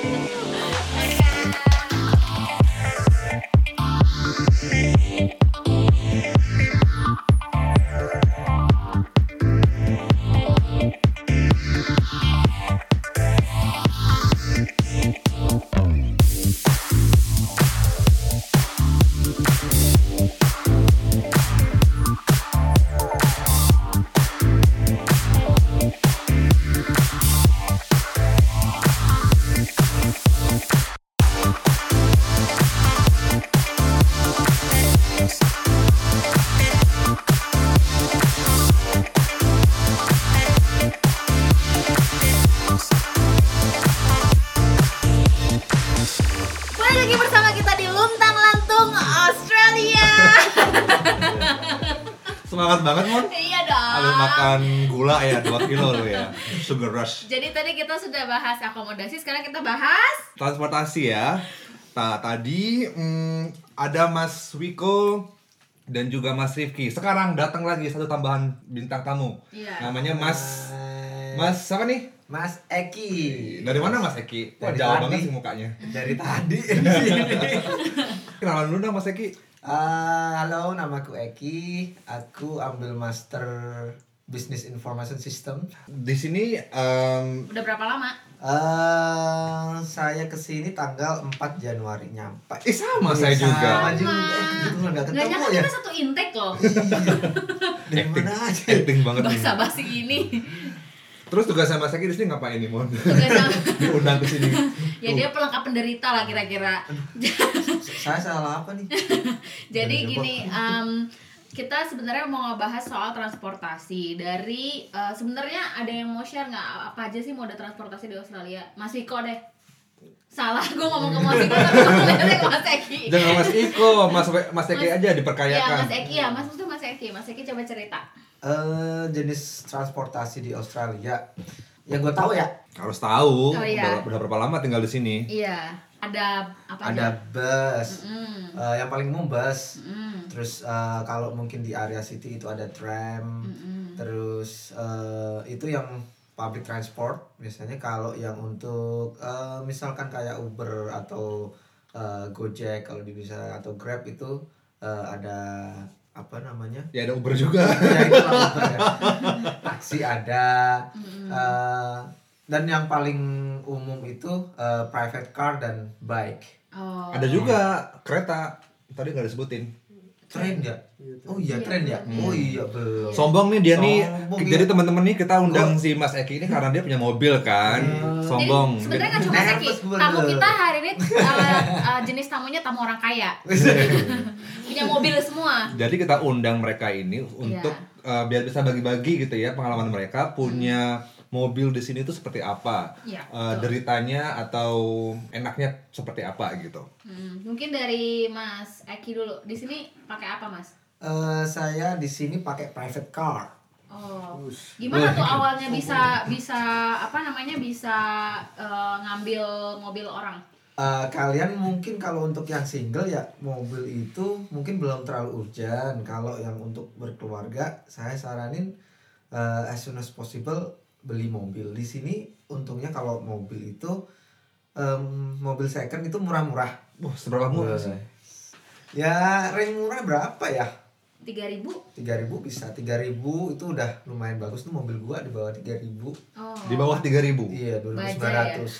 Balik lagi bersama kita di Luntang Lantung Australia. Semangat banget Mon. Iya dong. Habis makan gula ya dua kilo lo ya. Sugar rush. Jadi tadi kita sudah bahas akomodasi, sekarang kita bahas Transportasi ya. Nah, tadi hmm, ada Mas Wiko dan juga Mas Rifki. Sekarang datang lagi satu tambahan bintang tamu. Iya. Namanya Mas Hai. Mas siapa nih? Mas Eki. Dari mana Mas Eki? Wah, Dari jauh tadi. banget sih mukanya. Dari tadi. Kenalan dulu dong Mas Eki. Ah, halo, namaku Eki. Aku ambil Master Business Information System. Di sini em, udah berapa lama? Eh, saya kesini tanggal empat Januari nyampe. eh sama Iya, saya juga. Sama juga. Eh, kebetulan nggak Gak ketemu nyangka ya. kita satu intake loh. Dari mana aja? Acting banget nih. Bahasa basi ini. Terus tugasnya Mas Eki di sini ngapain nih, Mon? Tugasnya Diundang ke sini. ya dia pelengkap penderita lah kira-kira. Saya salah apa nih? Jadi Dari gini, em, kita sebenarnya mau ngebahas soal transportasi dari eh, sebenarnya ada yang mau share nggak apa aja sih moda transportasi di Australia? Mas Iko deh. Salah, gue ngomong ke Mas Iko tapi gue ngeliatnya ke Mas Eki. Jangan Mas Iko, Mas Mas Eki Mas- aja Iya diperkayakan. Mas Eki ya, Mas itu Mas Eki. Mas Eki coba cerita. Eh, jenis transportasi di Australia. Yang gue tahu ya, Harus tahu. Oh, iya. Udah, udah berapa lama tinggal di sini? Iya, ada apa ada aja? bus. Mm-mm. Eh, yang paling umum bus. Mm-mm. Terus eh, kalau mungkin di area city itu ada tram. Mm-mm. Terus eh, itu yang public transport. Biasanya kalau yang untuk eh, misalkan kayak Uber atau eh, Gojek kalau di bisa atau Grab itu eh, ada apa namanya? Ya ada Uber juga. Ya itu lah Uber ya. Taksi ada. Mm-mm. Eh, dan yang paling umum itu eh, private car dan bike. Oh. Ada juga kereta. Tadi nggak disebutin. Tren ya? Oh iya, Iya, tren ya? iya. Oh iya, belum. Sombong nih dia nih. Sombong, Jadi iya. teman-teman nih kita undang si Mas Eki ini karena dia punya mobil kan. Sombong. Jadi sebenarnya nggak cuma Mas Eki. Nervous gue Tamu dulu. kita hari ini uh, uh, jenis tamunya tamu orang kaya. Punya mobil semua. Jadi kita undang mereka ini untuk uh, biar bisa bagi-bagi gitu ya pengalaman mereka punya mobil di sini tuh seperti apa, Iya, Uh, betul. deritanya atau enaknya seperti apa gitu. Hmm, mungkin dari Mas Eki dulu. Di sini pakai apa, Mas? Eh, saya di sini pakai private car. Oh, gimana tuh awalnya bisa bisa apa namanya bisa uh, ngambil mobil orang? Eh, kalian mungkin kalau untuk yang single ya mobil itu mungkin belum terlalu urgent. Kalau yang untuk berkeluarga, saya saranin eh, as soon as possible beli mobil. Di sini untungnya kalau mobil itu um, mobil second itu murah-murah. Wah, seberapa murah sih? Ya, range murah berapa ya? tiga ribu? tiga ribu bisa. tiga ribu itu udah lumayan bagus tuh, mobil gua di bawah tiga ribu. Oh. Di bawah tiga ribu. Iya, dua ribu sembilan ratus.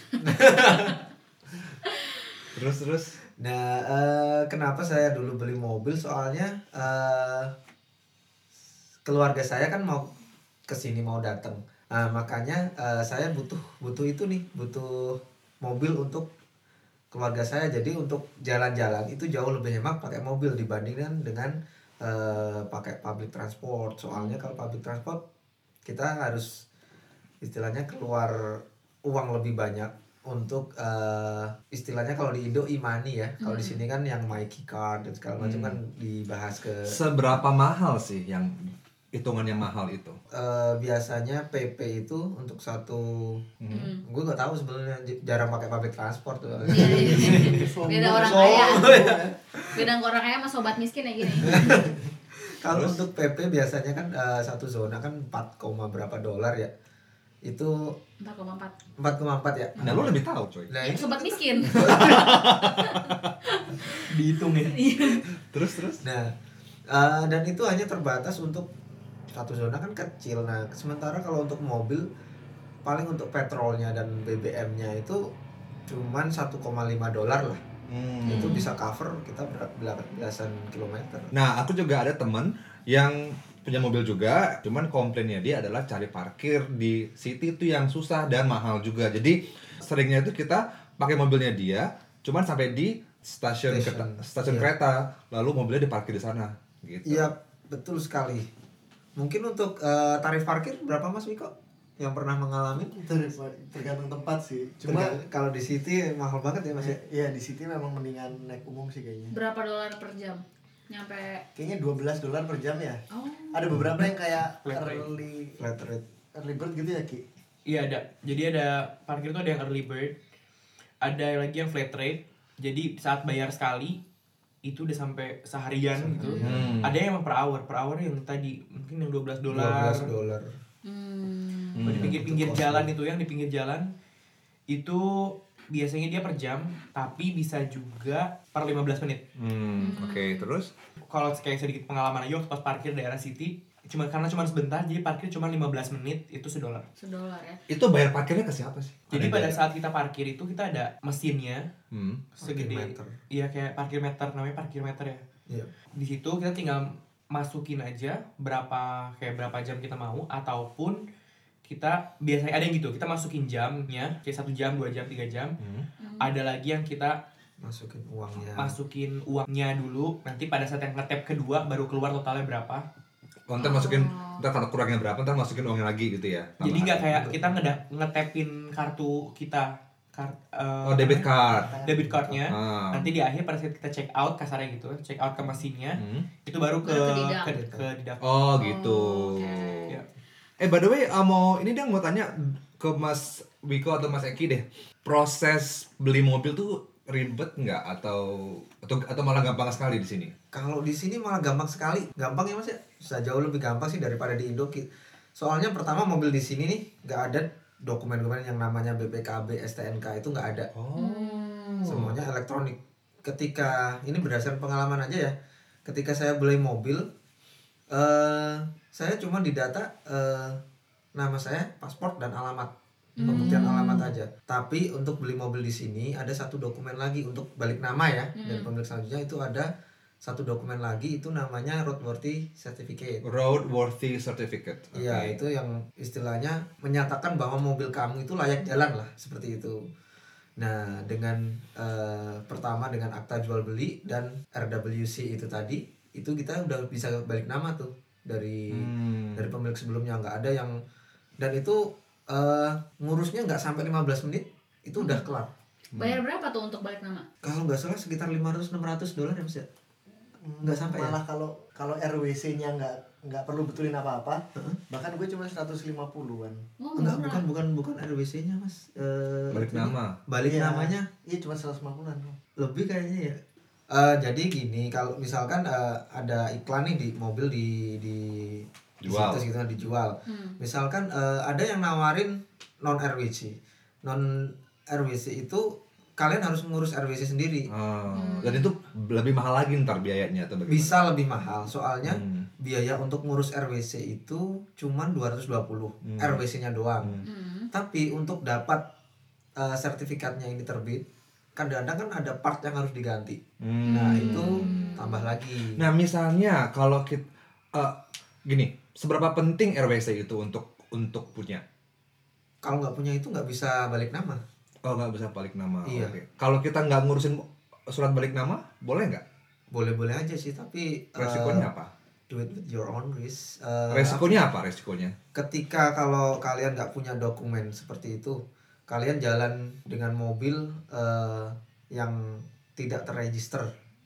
Terus terus. Nah, uh, kenapa saya dulu beli mobil? Soalnya uh, keluarga saya kan mau kesini, mau datang. Nah, makanya uh, saya butuh butuh itu nih, butuh mobil untuk keluarga saya. Jadi untuk jalan-jalan itu jauh lebih hemat pakai mobil dibandingkan dengan uh, pakai public transport. Soalnya kalau public transport kita harus istilahnya keluar uang lebih banyak untuk uh, istilahnya kalau di Indo e-money ya. Kalau di sini kan yang Myki card dan segala macam Hmm. kan dibahas ke Seberapa mahal sih yang hitungannya mahal itu? uh, biasanya P P itu untuk satu Hmm. gue nggak tahu sebenarnya, j- jarang pakai public transport tuh. Iya, iya. Beda orang kaya. Beda orang kaya sama sobat miskin ya gini. Kalau Terus? untuk P P biasanya kan uh, satu zona kan empat, berapa dolar ya. Itu empat koma empat. empat koma empat ya. Nah, lu lebih tahu, coy. Nah, Ya, ini sobat miskin. Dihitung ya. Terus terus. nah uh, dan itu hanya terbatas untuk satu zona kan kecil. Nah, sementara kalau untuk mobil paling untuk petrolnya dan B B M-nya itu cuman satu koma lima dolar lah. Hmm. Itu bisa cover kita ber- bela- belasan kilometer. Nah, aku juga ada temen yang punya mobil juga, cuman komplainnya dia adalah cari parkir di city itu yang susah dan mahal juga. Jadi seringnya itu kita pakai mobilnya dia, cuman sampai di stasiun Station. kereta, stasiun Iya. kereta, lalu mobilnya diparkir di sana, gitu. Iya, betul sekali. Mungkin untuk eh, tarif parkir berapa Mas Miko? Yang pernah mengalami? Ter- tergantung tempat sih. Cuma Cuma kalau di city mahal banget ya Mas ya. ya di City memang mendingan naik umum sih kayaknya. Berapa dolar per jam? Nyampe Kayaknya dua belas dolar per jam ya. oh. Ada beberapa yang kayak Flat rate. early Flat rate. early bird gitu ya, Ki. Iya ada. Jadi ada parkir tuh ada yang early bird, ada lagi yang flat rate. Jadi saat bayar sekali itu udah sampai seharian gitu. Hmm. Ada yang emang per hour, per hour yang tadi mungkin yang dua belas dua dolar. belas dolar. Hmm. Kalau di Hmm. pinggir-pinggir Itu jalan costly. itu yang di pinggir jalan itu biasanya dia per jam, tapi bisa juga per lima belas menit. Hmm, oke, terus? Kalau kayak sedikit pengalaman aja waktu pas parkir daerah city, cuma karena cuma sebentar jadi parkir cuma lima belas menit itu sedolar. Sedolar ya. Itu bayar parkirnya ke siapa sih? Jadi Ada pada yang- saat kita parkir itu kita ada mesinnya Hmm. segede meter. iya kayak parkir meter, namanya parkir meter ya. Iya. Di situ kita tinggal masukin aja berapa kayak berapa jam kita mau, ataupun kita biasanya ada yang gitu kita masukin jamnya kayak satu jam, dua jam, tiga jam. Hmm. Ada lagi yang kita Masukin uangnya. masukin uangnya dulu, nanti pada saat yang nge-tap kedua baru keluar totalnya berapa. Oh, ntar masukin, ntar kalau kurangnya berapa, ntar masukin uangnya lagi gitu ya? Jadi Tambahan. nggak kayak kita ngeda- nge-tapin kartu kita kart, eh, Oh, debit card. debit cardnya. Ah. Nanti di akhir pada saat kita check out kasarnya gitu, check out ke mesinnya, Hmm. itu baru ke Baru ke deduct. ke, ke deduct. Oh, gitu. oke. Ya. Eh, by the way, uh, mau ini dia mau tanya ke Mas Wiko atau Mas Eki deh. Proses beli mobil tuh ribet nggak atau atau atau malah gampang sekali di sini? Kalau di sini malah gampang sekali. Gampang ya Mas ya. Bisa jauh lebih gampang sih daripada di Indo. Ki. Soalnya pertama mobil di sini nih nggak ada dokumen-dokumen yang namanya B P K B, S T N K itu nggak ada. Oh. Hmm. Semuanya elektronik. Ketika ini berdasarkan pengalaman aja ya. Ketika saya beli mobil, eh saya cuma didata eh, nama saya, paspor dan alamat. Pembuktian alamat aja. Tapi untuk beli mobil di sini ada satu dokumen lagi untuk balik nama ya. Dan pemilik selanjutnya itu ada satu dokumen lagi itu namanya roadworthy certificate. Roadworthy certificate. Oke. Iya, itu yang istilahnya menyatakan bahwa mobil kamu itu layak jalan lah, seperti itu. Nah, dengan eh, pertama dengan akta jual beli dan R W C itu tadi, itu kita udah bisa balik nama tuh dari Hmm. dari pemilik sebelumnya. Nggak ada yang, dan itu eh, ngurusnya nggak sampai lima belas menit itu udah kelar. Bayar berapa tuh untuk balik nama? Kalau nggak salah sekitar lima ratus sampai enam ratus dolar ya Mas ya? Nggak sampai ya? Malah kalau kalau R W C-nya nggak nggak perlu betulin apa-apa, bahkan gue cuma seratus lima puluhan. Oh, Enggak, murah. bukan bukan bukan R W C-nya Mas. Eh, Balik ini, nama. Balik Iya. namanya Iya cuma seratus lima puluhan. lebih kayaknya ya. Eh, jadi gini, kalau misalkan eh, ada iklan nih di mobil di di Jual. Situs gitu kan dijual. Hmm. Misalkan uh, ada yang nawarin non R W C. Non R W C itu kalian harus mengurus R W C sendiri. Hmm. Dan itu lebih mahal lagi ntar biayanya atau bagaimana? Bisa lebih mahal, soalnya Hmm. biaya untuk ngurus R W C itu cuman dua ratus dua puluh Hmm. R W C-nya doang. Hmm. Hmm. Tapi untuk dapat uh, sertifikatnya ini terbit, kadang-kadang kan ada part yang harus diganti. Hmm. Nah, itu tambah lagi. Nah, misalnya kalau kita uh, gini, seberapa penting R W C itu untuk untuk punya? Kalau nggak punya itu nggak bisa balik nama. Oh, nggak bisa balik nama. Iya. Oke. Kalau kita nggak ngurusin surat balik nama, boleh nggak? Boleh-boleh aja sih, tapi uh, Resikonya apa? do it with your own risk. Uh, Resikonya apa? Resikonya? Ketika kalau kalian nggak punya dokumen seperti itu, kalian jalan dengan mobil uh, yang tidak terregister.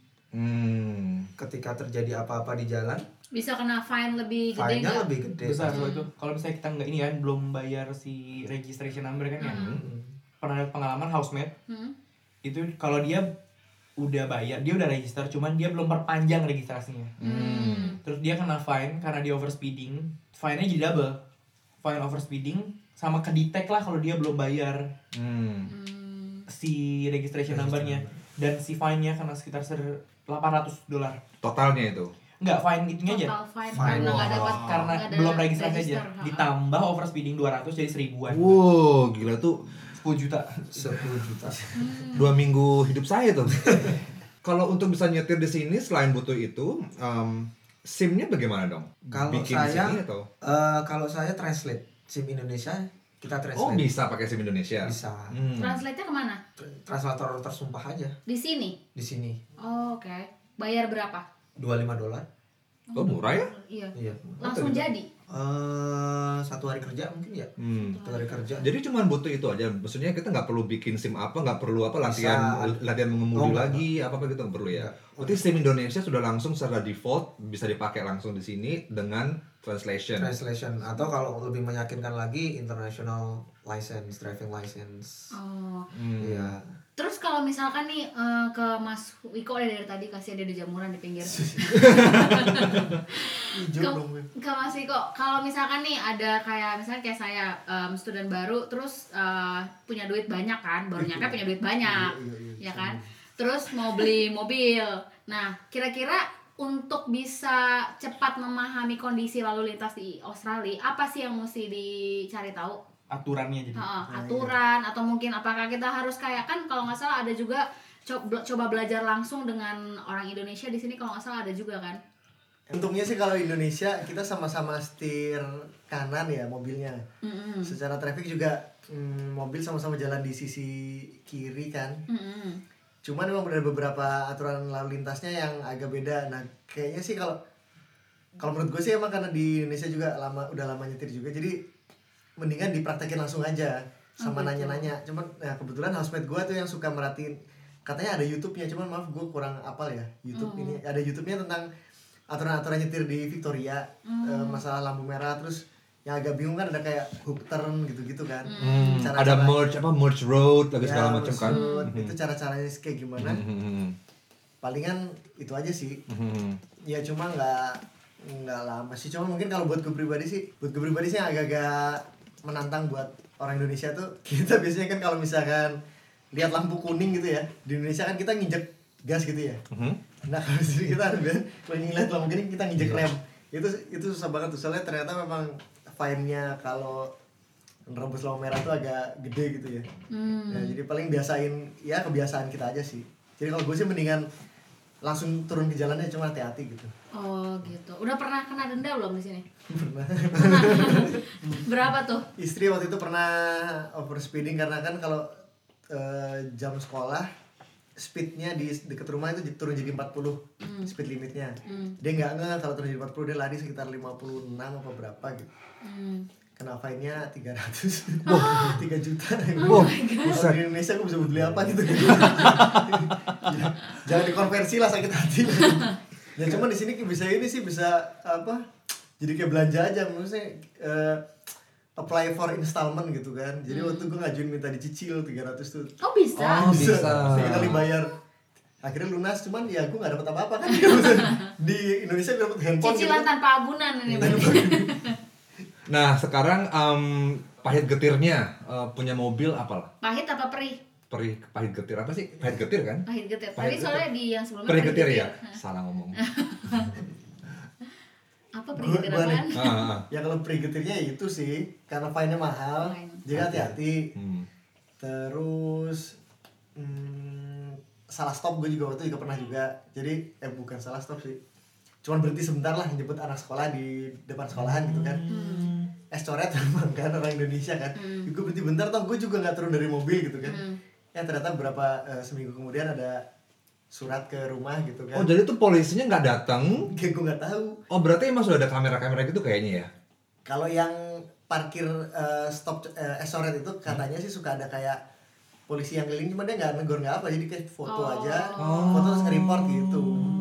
Hmm. Ketika terjadi apa-apa di jalan, Bisa kena fine lebih gede fine-nya nggak? lebih gede. Besar Hmm. loh itu. Kalau misalnya kita nggak ini kan belum bayar si registration number kan ya. Hmm. Mm-mm. Pernah ada pengalaman housemate Hmm. itu kalau dia udah bayar, dia udah register, cuman dia belum perpanjang registrasinya. Hmm. Terus dia kena fine karena dia overspeeding. Fine-nya jadi double. Fine overspeeding sama kedetek lah kalau dia belum bayar Hmm. Hmm. si registration number-nya. Dan si fine-nya kena sekitar ser- delapan ratus dolar. Totalnya itu. Enggak, fine itunya aja. Total fine, Fine. karena nggak Wow. dapat Karena nggak ada belum registrasi register. aja. Ha. Ditambah overspeeding dua ratus jadi seribuan. Wow, gila tuh sepuluh juta. sepuluh juta. Hmm. dua minggu hidup saya tuh. Kalau untuk bisa nyetir di sini selain butuh itu, um, SIM-nya bagaimana dong? Kalau Bikin di saya- sini atau? Uh, kalau saya translate SIM Indonesia, kita Oh, translate. bisa pakai SIM Indonesia. Bisa. Hmm. Translate-nya kemana? Translator tersumpah aja Di sini. di sini. Oh, oke. Bayar berapa? dua puluh lima dolar. Oh, murah ya? Iya. Iya. Langsung jadi. Eh, satu hari kerja mungkin ya. Hmm. Satu hari kerja. Jadi cuma butuh itu aja. Maksudnya kita nggak perlu bikin SIM apa, nggak perlu apa latihan Bisa. latihan mengemudi Oh, nggak, lagi, apa apa gitu nggak perlu ya. Nggak. Berarti SIM Indonesia sudah langsung secara default bisa dipakai langsung di sini dengan translation. Translation atau kalau lebih meyakinkan lagi international license, driving license. Oh. Hmm. Iya. Terus kalau misalkan nih eh, ke Mas Wiko dari tadi kasih ada di jamuran di pinggir. Hijau ke, dong gue. ke Mas Wiko, kalau misalkan nih ada kayak misalnya kayak saya um, student baru terus eh, punya duit banyak kan, baru nyampe punya duit banyak, Iya, iya, iya. ya kan? Terus mau beli mobil. Nah, kira-kira untuk bisa cepat memahami kondisi lalu lintas di Australia, apa sih yang mesti dicari tahu? Aturannya jadi. Ha, aturan atau mungkin apakah kita harus kayak kan kalau nggak salah ada juga coba coba belajar langsung dengan orang Indonesia di sini kalau nggak salah ada juga kan. Untungnya sih kalau Indonesia kita sama-sama setir kanan ya mobilnya. Mm-mm. Secara traffic juga mm, mobil sama-sama jalan di sisi kiri kan. Mm-mm. Cuman memang ada beberapa aturan lalu lintasnya yang agak beda. Nah kayaknya sih kalau kalau menurut gue sih emang karena di Indonesia juga lama udah lama nyetir juga, jadi mendingan dipraktekin langsung aja sama Oh, gitu. nanya-nanya. Cuman nah kebetulan housemate gue tuh yang suka merhatiin, katanya ada YouTube-nya, cuman maaf gue kurang apal ya YouTube Oh. ini. Ada YouTube-nya tentang aturan-aturan nyetir di Victoria, Hmm. eh, masalah lampu merah, terus yang agak bingung kan ada kayak hook turn gitu-gitu kan. Hmm, Cara-cara- ada merge apa merge road lagi Ya, segala macam kan. maksud, Mhm. itu cara-caranya sih kayak gimana. Mhm. Palingan itu aja sih. Mhm. Ya cuma nggak nggak lama sih. Cuma mungkin kalau buat gue pribadi sih, buat gue pribadi sih yang agak-agak menantang buat orang Indonesia tuh. Kita biasanya kan kalau misalkan lihat lampu kuning gitu ya, di Indonesia kan kita nginjek gas gitu ya. Mhm. Nah kalau di sini kita kalau ngeliat lampu kuning kita nginjek rem. Itu itu susah banget tuh. Soalnya ternyata memang fine-nya kalau nerobos lampu merah tuh agak gede gitu ya. Hmm. Ya, jadi paling biasain ya kebiasaan kita aja sih. Jadi kalau gue sih mendingan langsung turun ke jalannya, cuma hati-hati gitu. Oh gitu. Udah pernah kena denda belum di sini? Pernah. Berapa tuh? Istri waktu itu pernah overspeeding karena kan kalau eh, jam sekolah speednya di deket rumah itu turun jadi empat puluh Hmm. speed limitnya. Hmm. Dia nggak nggak kalau turun jadi empat puluh dia lari sekitar lima puluh enam apa berapa gitu. Hmm. Kena fine-nya tiga ratus. tiga juta. Wah, Kalau di Indonesia gue bisa beli apa gitu. Jangan dikonversi lah, sakit hati. Ya cuman di sini bisa ini sih bisa apa? Jadi kayak belanja aja, maksudnya eh, apply for installment gitu kan. Jadi waktu gue ngajuin minta dicicil tiga ratus tuh. Oh bisa? Oh, bisa. Sekali bayar akhirnya lunas, cuman ya gue nggak dapet apa-apa kan. Di Indonesia gue dapet handphone Cicilan gitu. tanpa agunan ini berarti. Nah, sekarang um, pahit getirnya uh, punya mobil apalah? Pahit apa perih? Perih pahit getir apa sih? Pahit getir kan? Pahit getir. Pahit Tadi soalnya di yang sebelumnya Perih pahit getir ya? Hah. Salah ngomong. Apa perih Gua- getir gua nih. apaan? Ah, ah, ah. Ya kalau pre getirnya itu sih karena fine-nya mahal, Fine. jadi hati-hati. Hmm. Terus hmm, salah stop gue juga waktu itu juga pernah juga. Jadi eh bukan salah stop sih, cuman berhenti sebentar lah jemput anak sekolah di depan sekolahan gitu kan. Hmm. Es coret memang kan orang Indonesia kan. Hmm. Gue berhenti bentar toh gue juga nggak turun dari mobil gitu kan. Hmm. Ya ternyata beberapa eh, seminggu kemudian ada surat ke rumah gitu kan. Oh, jadi tuh polisinya nggak datang? Kayak gue nggak tahu. Oh, berarti emang sudah ada kamera-kamera gitu kayaknya ya? Kalau yang parkir eh, stop eh, es coret itu katanya sih suka ada kayak polisi yang keliling, cuma dia nggak negor nggak apa, jadi kayak foto Oh. aja, Oh. foto terus nge-report gitu.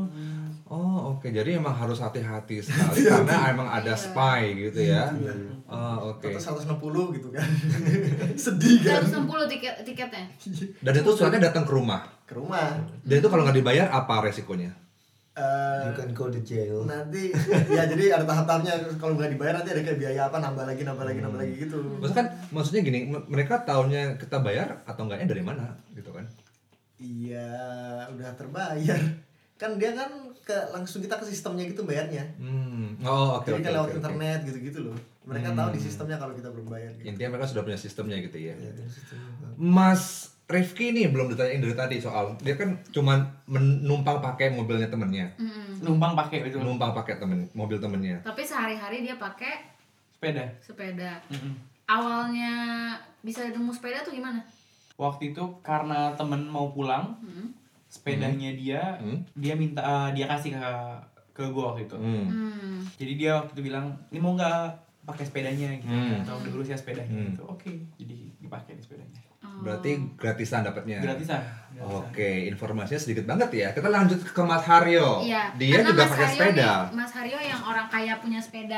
Oh, oke. Jadi emang harus hati-hati sekali karena emang ada spy gitu ya. Oh, oke. Foto seratus enam puluh gitu kan. Sedih kan. seratus enam puluh tiket tiketnya. Dan itu suratnya datang ke rumah. Ke rumah. Dan itu kalau nggak dibayar apa resikonya? Eh, You can go to jail. nanti ya jadi ada tahap-tahapnya, kalau nggak dibayar nanti ada kayak biaya apa nambah lagi nambah lagi nambah lagi gitu. Maksudnya kan, maksudnya gini, m- mereka taunya kita bayar atau enggaknya dari mana gitu kan? Iya, udah terbayar. Kan dia kan ke langsung kita ke sistemnya gitu bayarnya. Hmm. Oh, oke Jadi oke kan lewat oke, oke. internet gitu-gitu loh. Mereka Hmm. tahu di sistemnya kalau kita belum bayar gitu. Intinya mereka sudah punya sistemnya gitu ya. Iya, dari sistemnya. Mas Rifki nih belum ditanyain dari tadi soal dia kan cuman menumpang pakai mobilnya temennya, Mm-mm. Numpang pakai itu. numpang pakai temen mobil temennya. Tapi sehari-hari dia pakai Sepeda. sepeda. Mm-mm. Awalnya bisa nemu sepeda tuh gimana? Waktu itu karena temen mau pulang, Hmm. sepedanya dia Hmm. dia minta eh, dia kasih ke ke gue waktu itu. Hmm. Hmm. Jadi dia waktu itu bilang, ini mau nggak pakai sepedanya gitu, Hmm. atau dulu sih sepedanya Hmm. gitu. Oke, jadi dipakai nih sepedanya. Oh. Berarti gratisan dapatnya. Gratisan. gratisan. Oke, informasinya sedikit banget ya. Kita lanjut ke Mas Haryo. Iya. Dia Karena juga Mas pakai Haryo sepeda. nih, Mas Haryo yang orang kaya punya sepeda.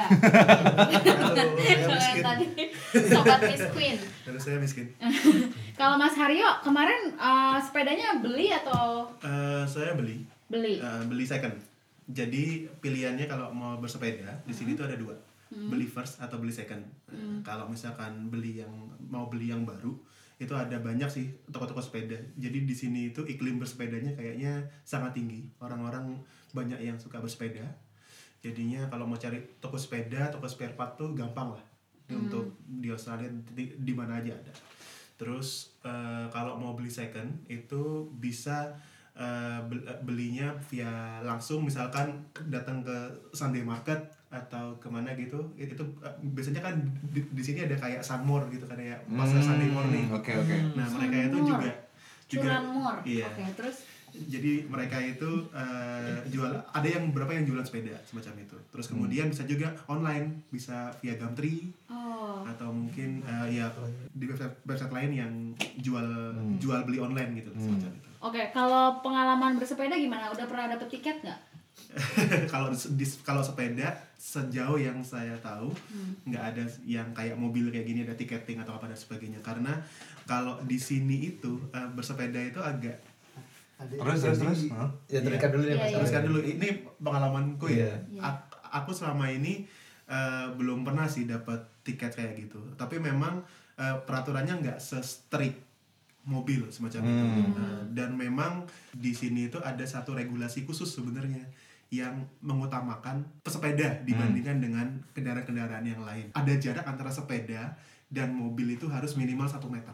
Halo, saya Kalau miskin. yang tadi sobat Miss Queen. Halo, saya miskin. Kalau Mas Haryo kemarin eh, sepedanya beli atau Eh, saya beli, beli? eh, beli second. Jadi pilihannya kalau mau bersepeda di sini tuh ada dua, beli first atau beli second. Eh, Kalau misalkan beli yang mau beli yang baru, itu ada banyak sih toko-toko sepeda. Jadi di sini itu iklim bersepedanya kayaknya sangat tinggi. Orang-orang banyak yang suka bersepeda. Jadinya kalau mau cari toko sepeda, toko spare part tuh gampang lah. Untuk di Australia di, di mana aja ada. Terus eh, kalau mau beli second itu bisa eh, bel- eh, belinya via langsung, misalkan datang ke Sunday Market atau kemana gitu. Itu, itu eh, biasanya kan di, di sini ada kayak Sunmore gitu kan, kayak pasar Sunday morning. Oke oke. Nah mereka itu Sunmore. juga juga Curanmor. iya. Oke, terus Jadi mereka itu eh, jual, ada yang beberapa yang jualan sepeda semacam itu. Terus kemudian bisa juga online, bisa via Gumtree oh. atau mungkin eh, ya di website website lain yang jual jual beli online gitu semacam itu. Oke, kalau pengalaman bersepeda gimana? Udah pernah dapet tiket nggak? Kalau di- kalau sepeda sejauh yang saya tahu nggak ada yang kayak mobil kayak gini ada tiketing atau apa dan sebagainya, karena kalau di sini itu eh, bersepeda itu agak Adik- Terus terus terus. jadi- Hah? Ya terikat dulu ya Iya, Mas. iya. teruskan dulu, ini pengalamanku ya. Iya. Ak- aku selama ini eh, belum pernah sih dapat tiket kayak gitu, tapi memang eh, peraturannya nggak se-strict mobil semacam itu. Nah, dan memang di sini itu ada satu regulasi khusus sebenarnya yang mengutamakan pesepeda dibandingkan dengan kendaraan-kendaraan yang lain. Ada jarak antara sepeda dan mobil itu harus minimal satu meter.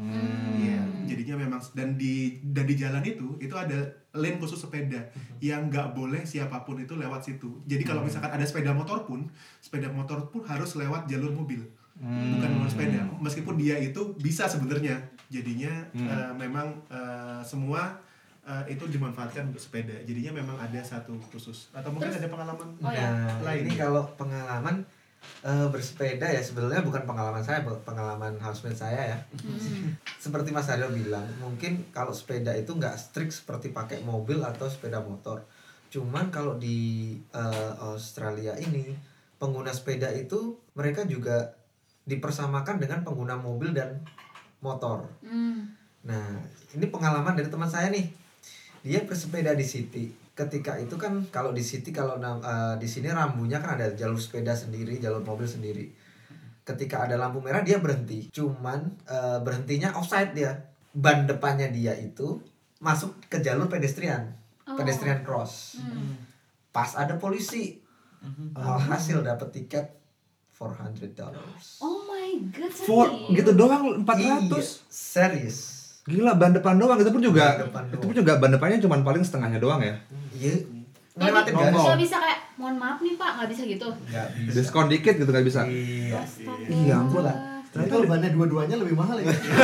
Iya, jadinya memang dan di dan di jalan itu itu ada lane khusus sepeda yang nggak boleh siapapun itu lewat situ. Jadi kalau misalkan ada sepeda motor pun, sepeda motor pun harus lewat jalur mobil, bukan jalur sepeda. Meskipun dia itu bisa sebenarnya, jadinya eh, memang eh, semua eh, itu dimanfaatkan untuk sepeda. Jadinya memang ada satu khusus. Atau mungkin Terus- ada pengalaman Oh ya. Nah, lain. ini kalau pengalaman eh, bersepeda ya sebenarnya bukan pengalaman saya, pengalaman housemate saya ya. Seperti Mas Haryo bilang, mungkin kalau sepeda itu nggak strict seperti pakai mobil atau sepeda motor. Cuman kalau di eh, Australia ini pengguna sepeda itu mereka juga dipersamakan dengan pengguna mobil dan motor. Hmm. Nah, ini pengalaman dari teman saya nih. Dia bersepeda di city. Ketika itu kan kalau di city kalau uh, di sini rambunya kan ada jalur sepeda sendiri, jalur mobil sendiri. Ketika ada lampu merah dia berhenti. Cuman uh, berhentinya offside dia. Ban depannya dia itu masuk ke jalur pedestrian. Oh. Pedestrian cross. Hmm. Pas ada polisi. Mm-hmm. Hasil dapat tiket four hundred dollars. Oh my god. For gitu doang empat ratus. Iya, serius. Gila, ban depan doang. Itu pun juga itu pun juga ban depannya cuma paling setengahnya doang ya. Iya. Ngelewatin garis. Bisa bisa kayak mohon maaf nih Pak, enggak bisa gitu. Enggak bisa. Diskon dikit gitu enggak bisa. Iya. Iya, ampun lah. Ternyata bannya dua-duanya lebih mahal ya.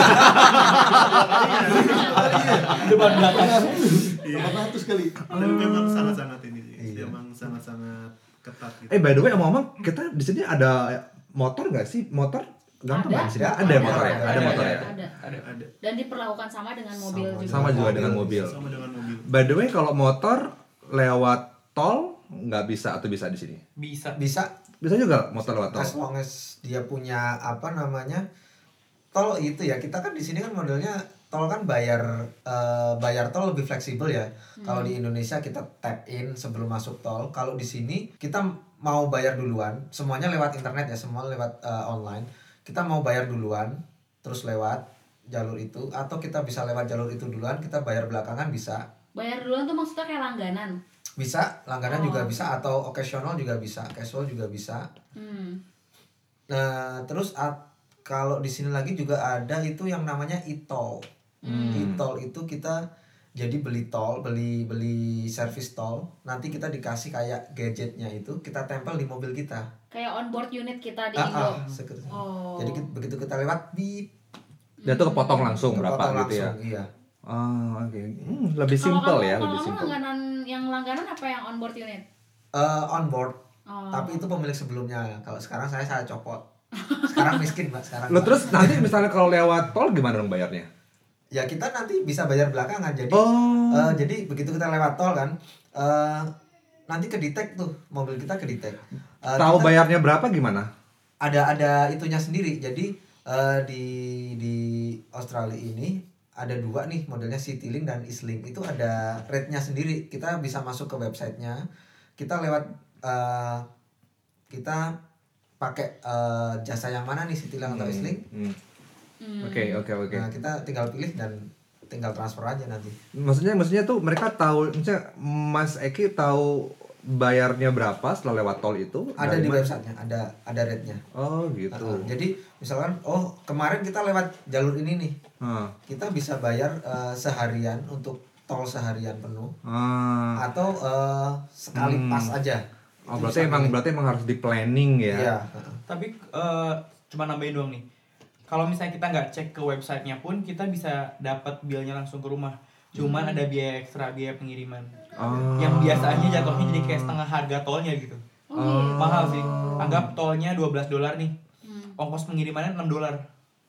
Depan belakang. empat ratus kali. Dan memang sangat-sangat ini sih. Memang sangat-sangat ketat gitu. Eh, by the way, omong-omong, kita di sini ada motor enggak sih? Motor gampang ada, kan sih? Ada, ada motor ya? Ada, ada motor ya? Ada. Ada, ada. Dan diperlakukan sama dengan mobil sama juga. Sama juga dengan mobil. Sama dengan mobil. By the way, kalau motor lewat tol nggak bisa atau bisa di sini? Bisa. Bisa. Bisa juga motor lewat tol. As long as dia punya apa namanya tol itu ya. Kita kan di sini kan modelnya tol kan bayar uh, bayar tol lebih fleksibel ya. Hmm. Kalau di Indonesia kita tap in sebelum masuk tol. Kalau di sini kita mau bayar duluan. Semuanya lewat internet ya. Semua lewat uh, online. Kita mau bayar duluan, terus lewat jalur itu, atau kita bisa lewat jalur itu duluan, kita bayar belakangan bisa. Bayar duluan tuh maksudnya kayak langganan? Bisa, langganan oh. juga bisa, atau occasional juga bisa, casual juga bisa. Hmm. Nah, terus at, kalau di sini lagi juga ada itu yang namanya e-tol. Hmm. E-tol itu kita jadi beli tol, beli beli service tol, nanti kita dikasih kayak gadgetnya itu, kita tempel di mobil kita. Kayak onboard unit kita di ah, Indo. Ah, oh. Jadi begitu kita lewat bip, dia tuh kepotong langsung kepotong berapa langsung, gitu ya. Iya. Oh, oke. Okay. Hmm, lebih simpel ya, kalau lebih kamu simpel. langganan yang langganan apa yang onboard unit? Uh, onboard. Oh. Tapi itu pemilik sebelumnya. Kalau sekarang saya saya copot. Sekarang miskin, Mbak, sekarang. Lo terus nanti misalnya kalau lewat tol gimana dong bayarnya? Ya kita nanti bisa bayar belakangan. Jadi oh. uh, jadi begitu kita lewat tol kan, uh, nanti kedetek tuh mobil kita kedetek. Uh, Tahu kita, bayarnya berapa gimana? Ada ada itunya sendiri. Jadi uh, di di Australia ini ada dua nih modelnya Citylink dan Eastlink. Itu ada rate-nya sendiri. Kita bisa masuk ke websitenya. Kita lewat uh, kita pakai uh, jasa yang mana nih, Citylink atau Eastlink? Hmm. Oke oke oke. Nah kita tinggal pilih dan tinggal transfer aja nanti. Maksudnya maksudnya tuh mereka tahu, maksudnya Mas Eki tahu bayarnya berapa setelah lewat tol itu? Ada di websitenya, ada ada rate-nya. Oh gitu. Uh, jadi misalkan, oh kemarin kita lewat jalur ini nih, hmm. kita bisa bayar uh, seharian untuk tol seharian penuh, hmm. atau uh, sekali hmm. pas aja. Oh berarti emang berarti emang harus di planning ya? Iya. Tapi uh, cuma nambahin doang nih. Kalau misalnya kita nggak cek ke websitenya pun kita bisa dapat bilnya langsung ke rumah. Cuman hmm. ada biaya ekstra, biaya pengiriman. Oh. Yang biasanya jatuhnya jadi kayak setengah harga tolnya gitu. Oh. Mahal sih. Anggap tolnya dua belas dolar nih. Hmm. Ongkos pengirimannya enam dolar.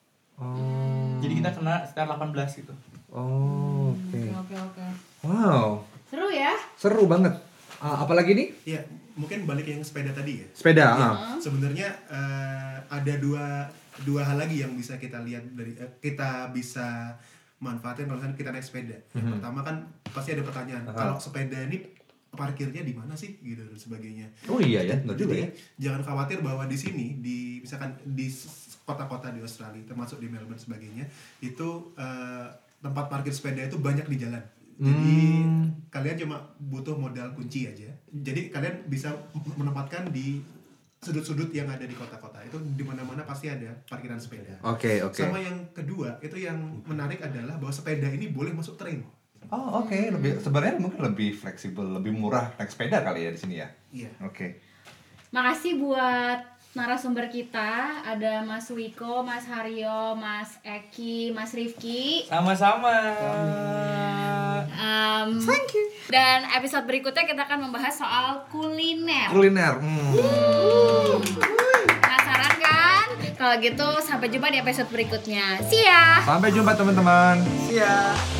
Oh. Jadi kita kena sekitar delapan belas gitu. Oh, oke. Okay. Oke, oke. Wow. Seru ya? Seru banget. Uh, apalagi nih? Iya, mungkin balik yang sepeda tadi ya. Sepeda. Ya, uh. Sebenarnya uh, ada dua dua hal lagi yang bisa kita lihat dari uh, kita bisa manfaatin kalau kita naik sepeda. Yang mm-hmm. pertama kan pasti ada pertanyaan, uh-huh. kalau sepeda ini parkirnya di mana sih gitu dan sebagainya. Oh iya ya, benar juga ya. Jangan khawatir bahwa di sini di misalkan di kota-kota di Australia termasuk di Melbourne sebagainya itu uh, tempat parkir sepeda itu banyak di jalan. Jadi hmm. kalian cuma butuh modal kunci aja. Jadi kalian bisa menempatkan di sudut-sudut yang ada di kota-kota. Itu di mana-mana pasti ada parkiran sepeda. Oke, okay, oke. Okay. Sama yang kedua, itu yang menarik adalah bahwa sepeda ini boleh masuk train. Oh, oke. Okay. Lebih sebenarnya mungkin lebih fleksibel, lebih murah naik sepeda kali ya di sini ya. Iya. Oke. Okay. Makasih buat narasumber kita, ada Mas Wiko, Mas Haryo, Mas Eki, Mas Rifki. Sama-sama. Um, Thank you. Dan episode berikutnya kita akan membahas soal kuliner. Kuliner. Hmm. Penasaran kan? Kalau gitu sampai jumpa di episode berikutnya. See ya. Sampai jumpa teman-teman. See ya.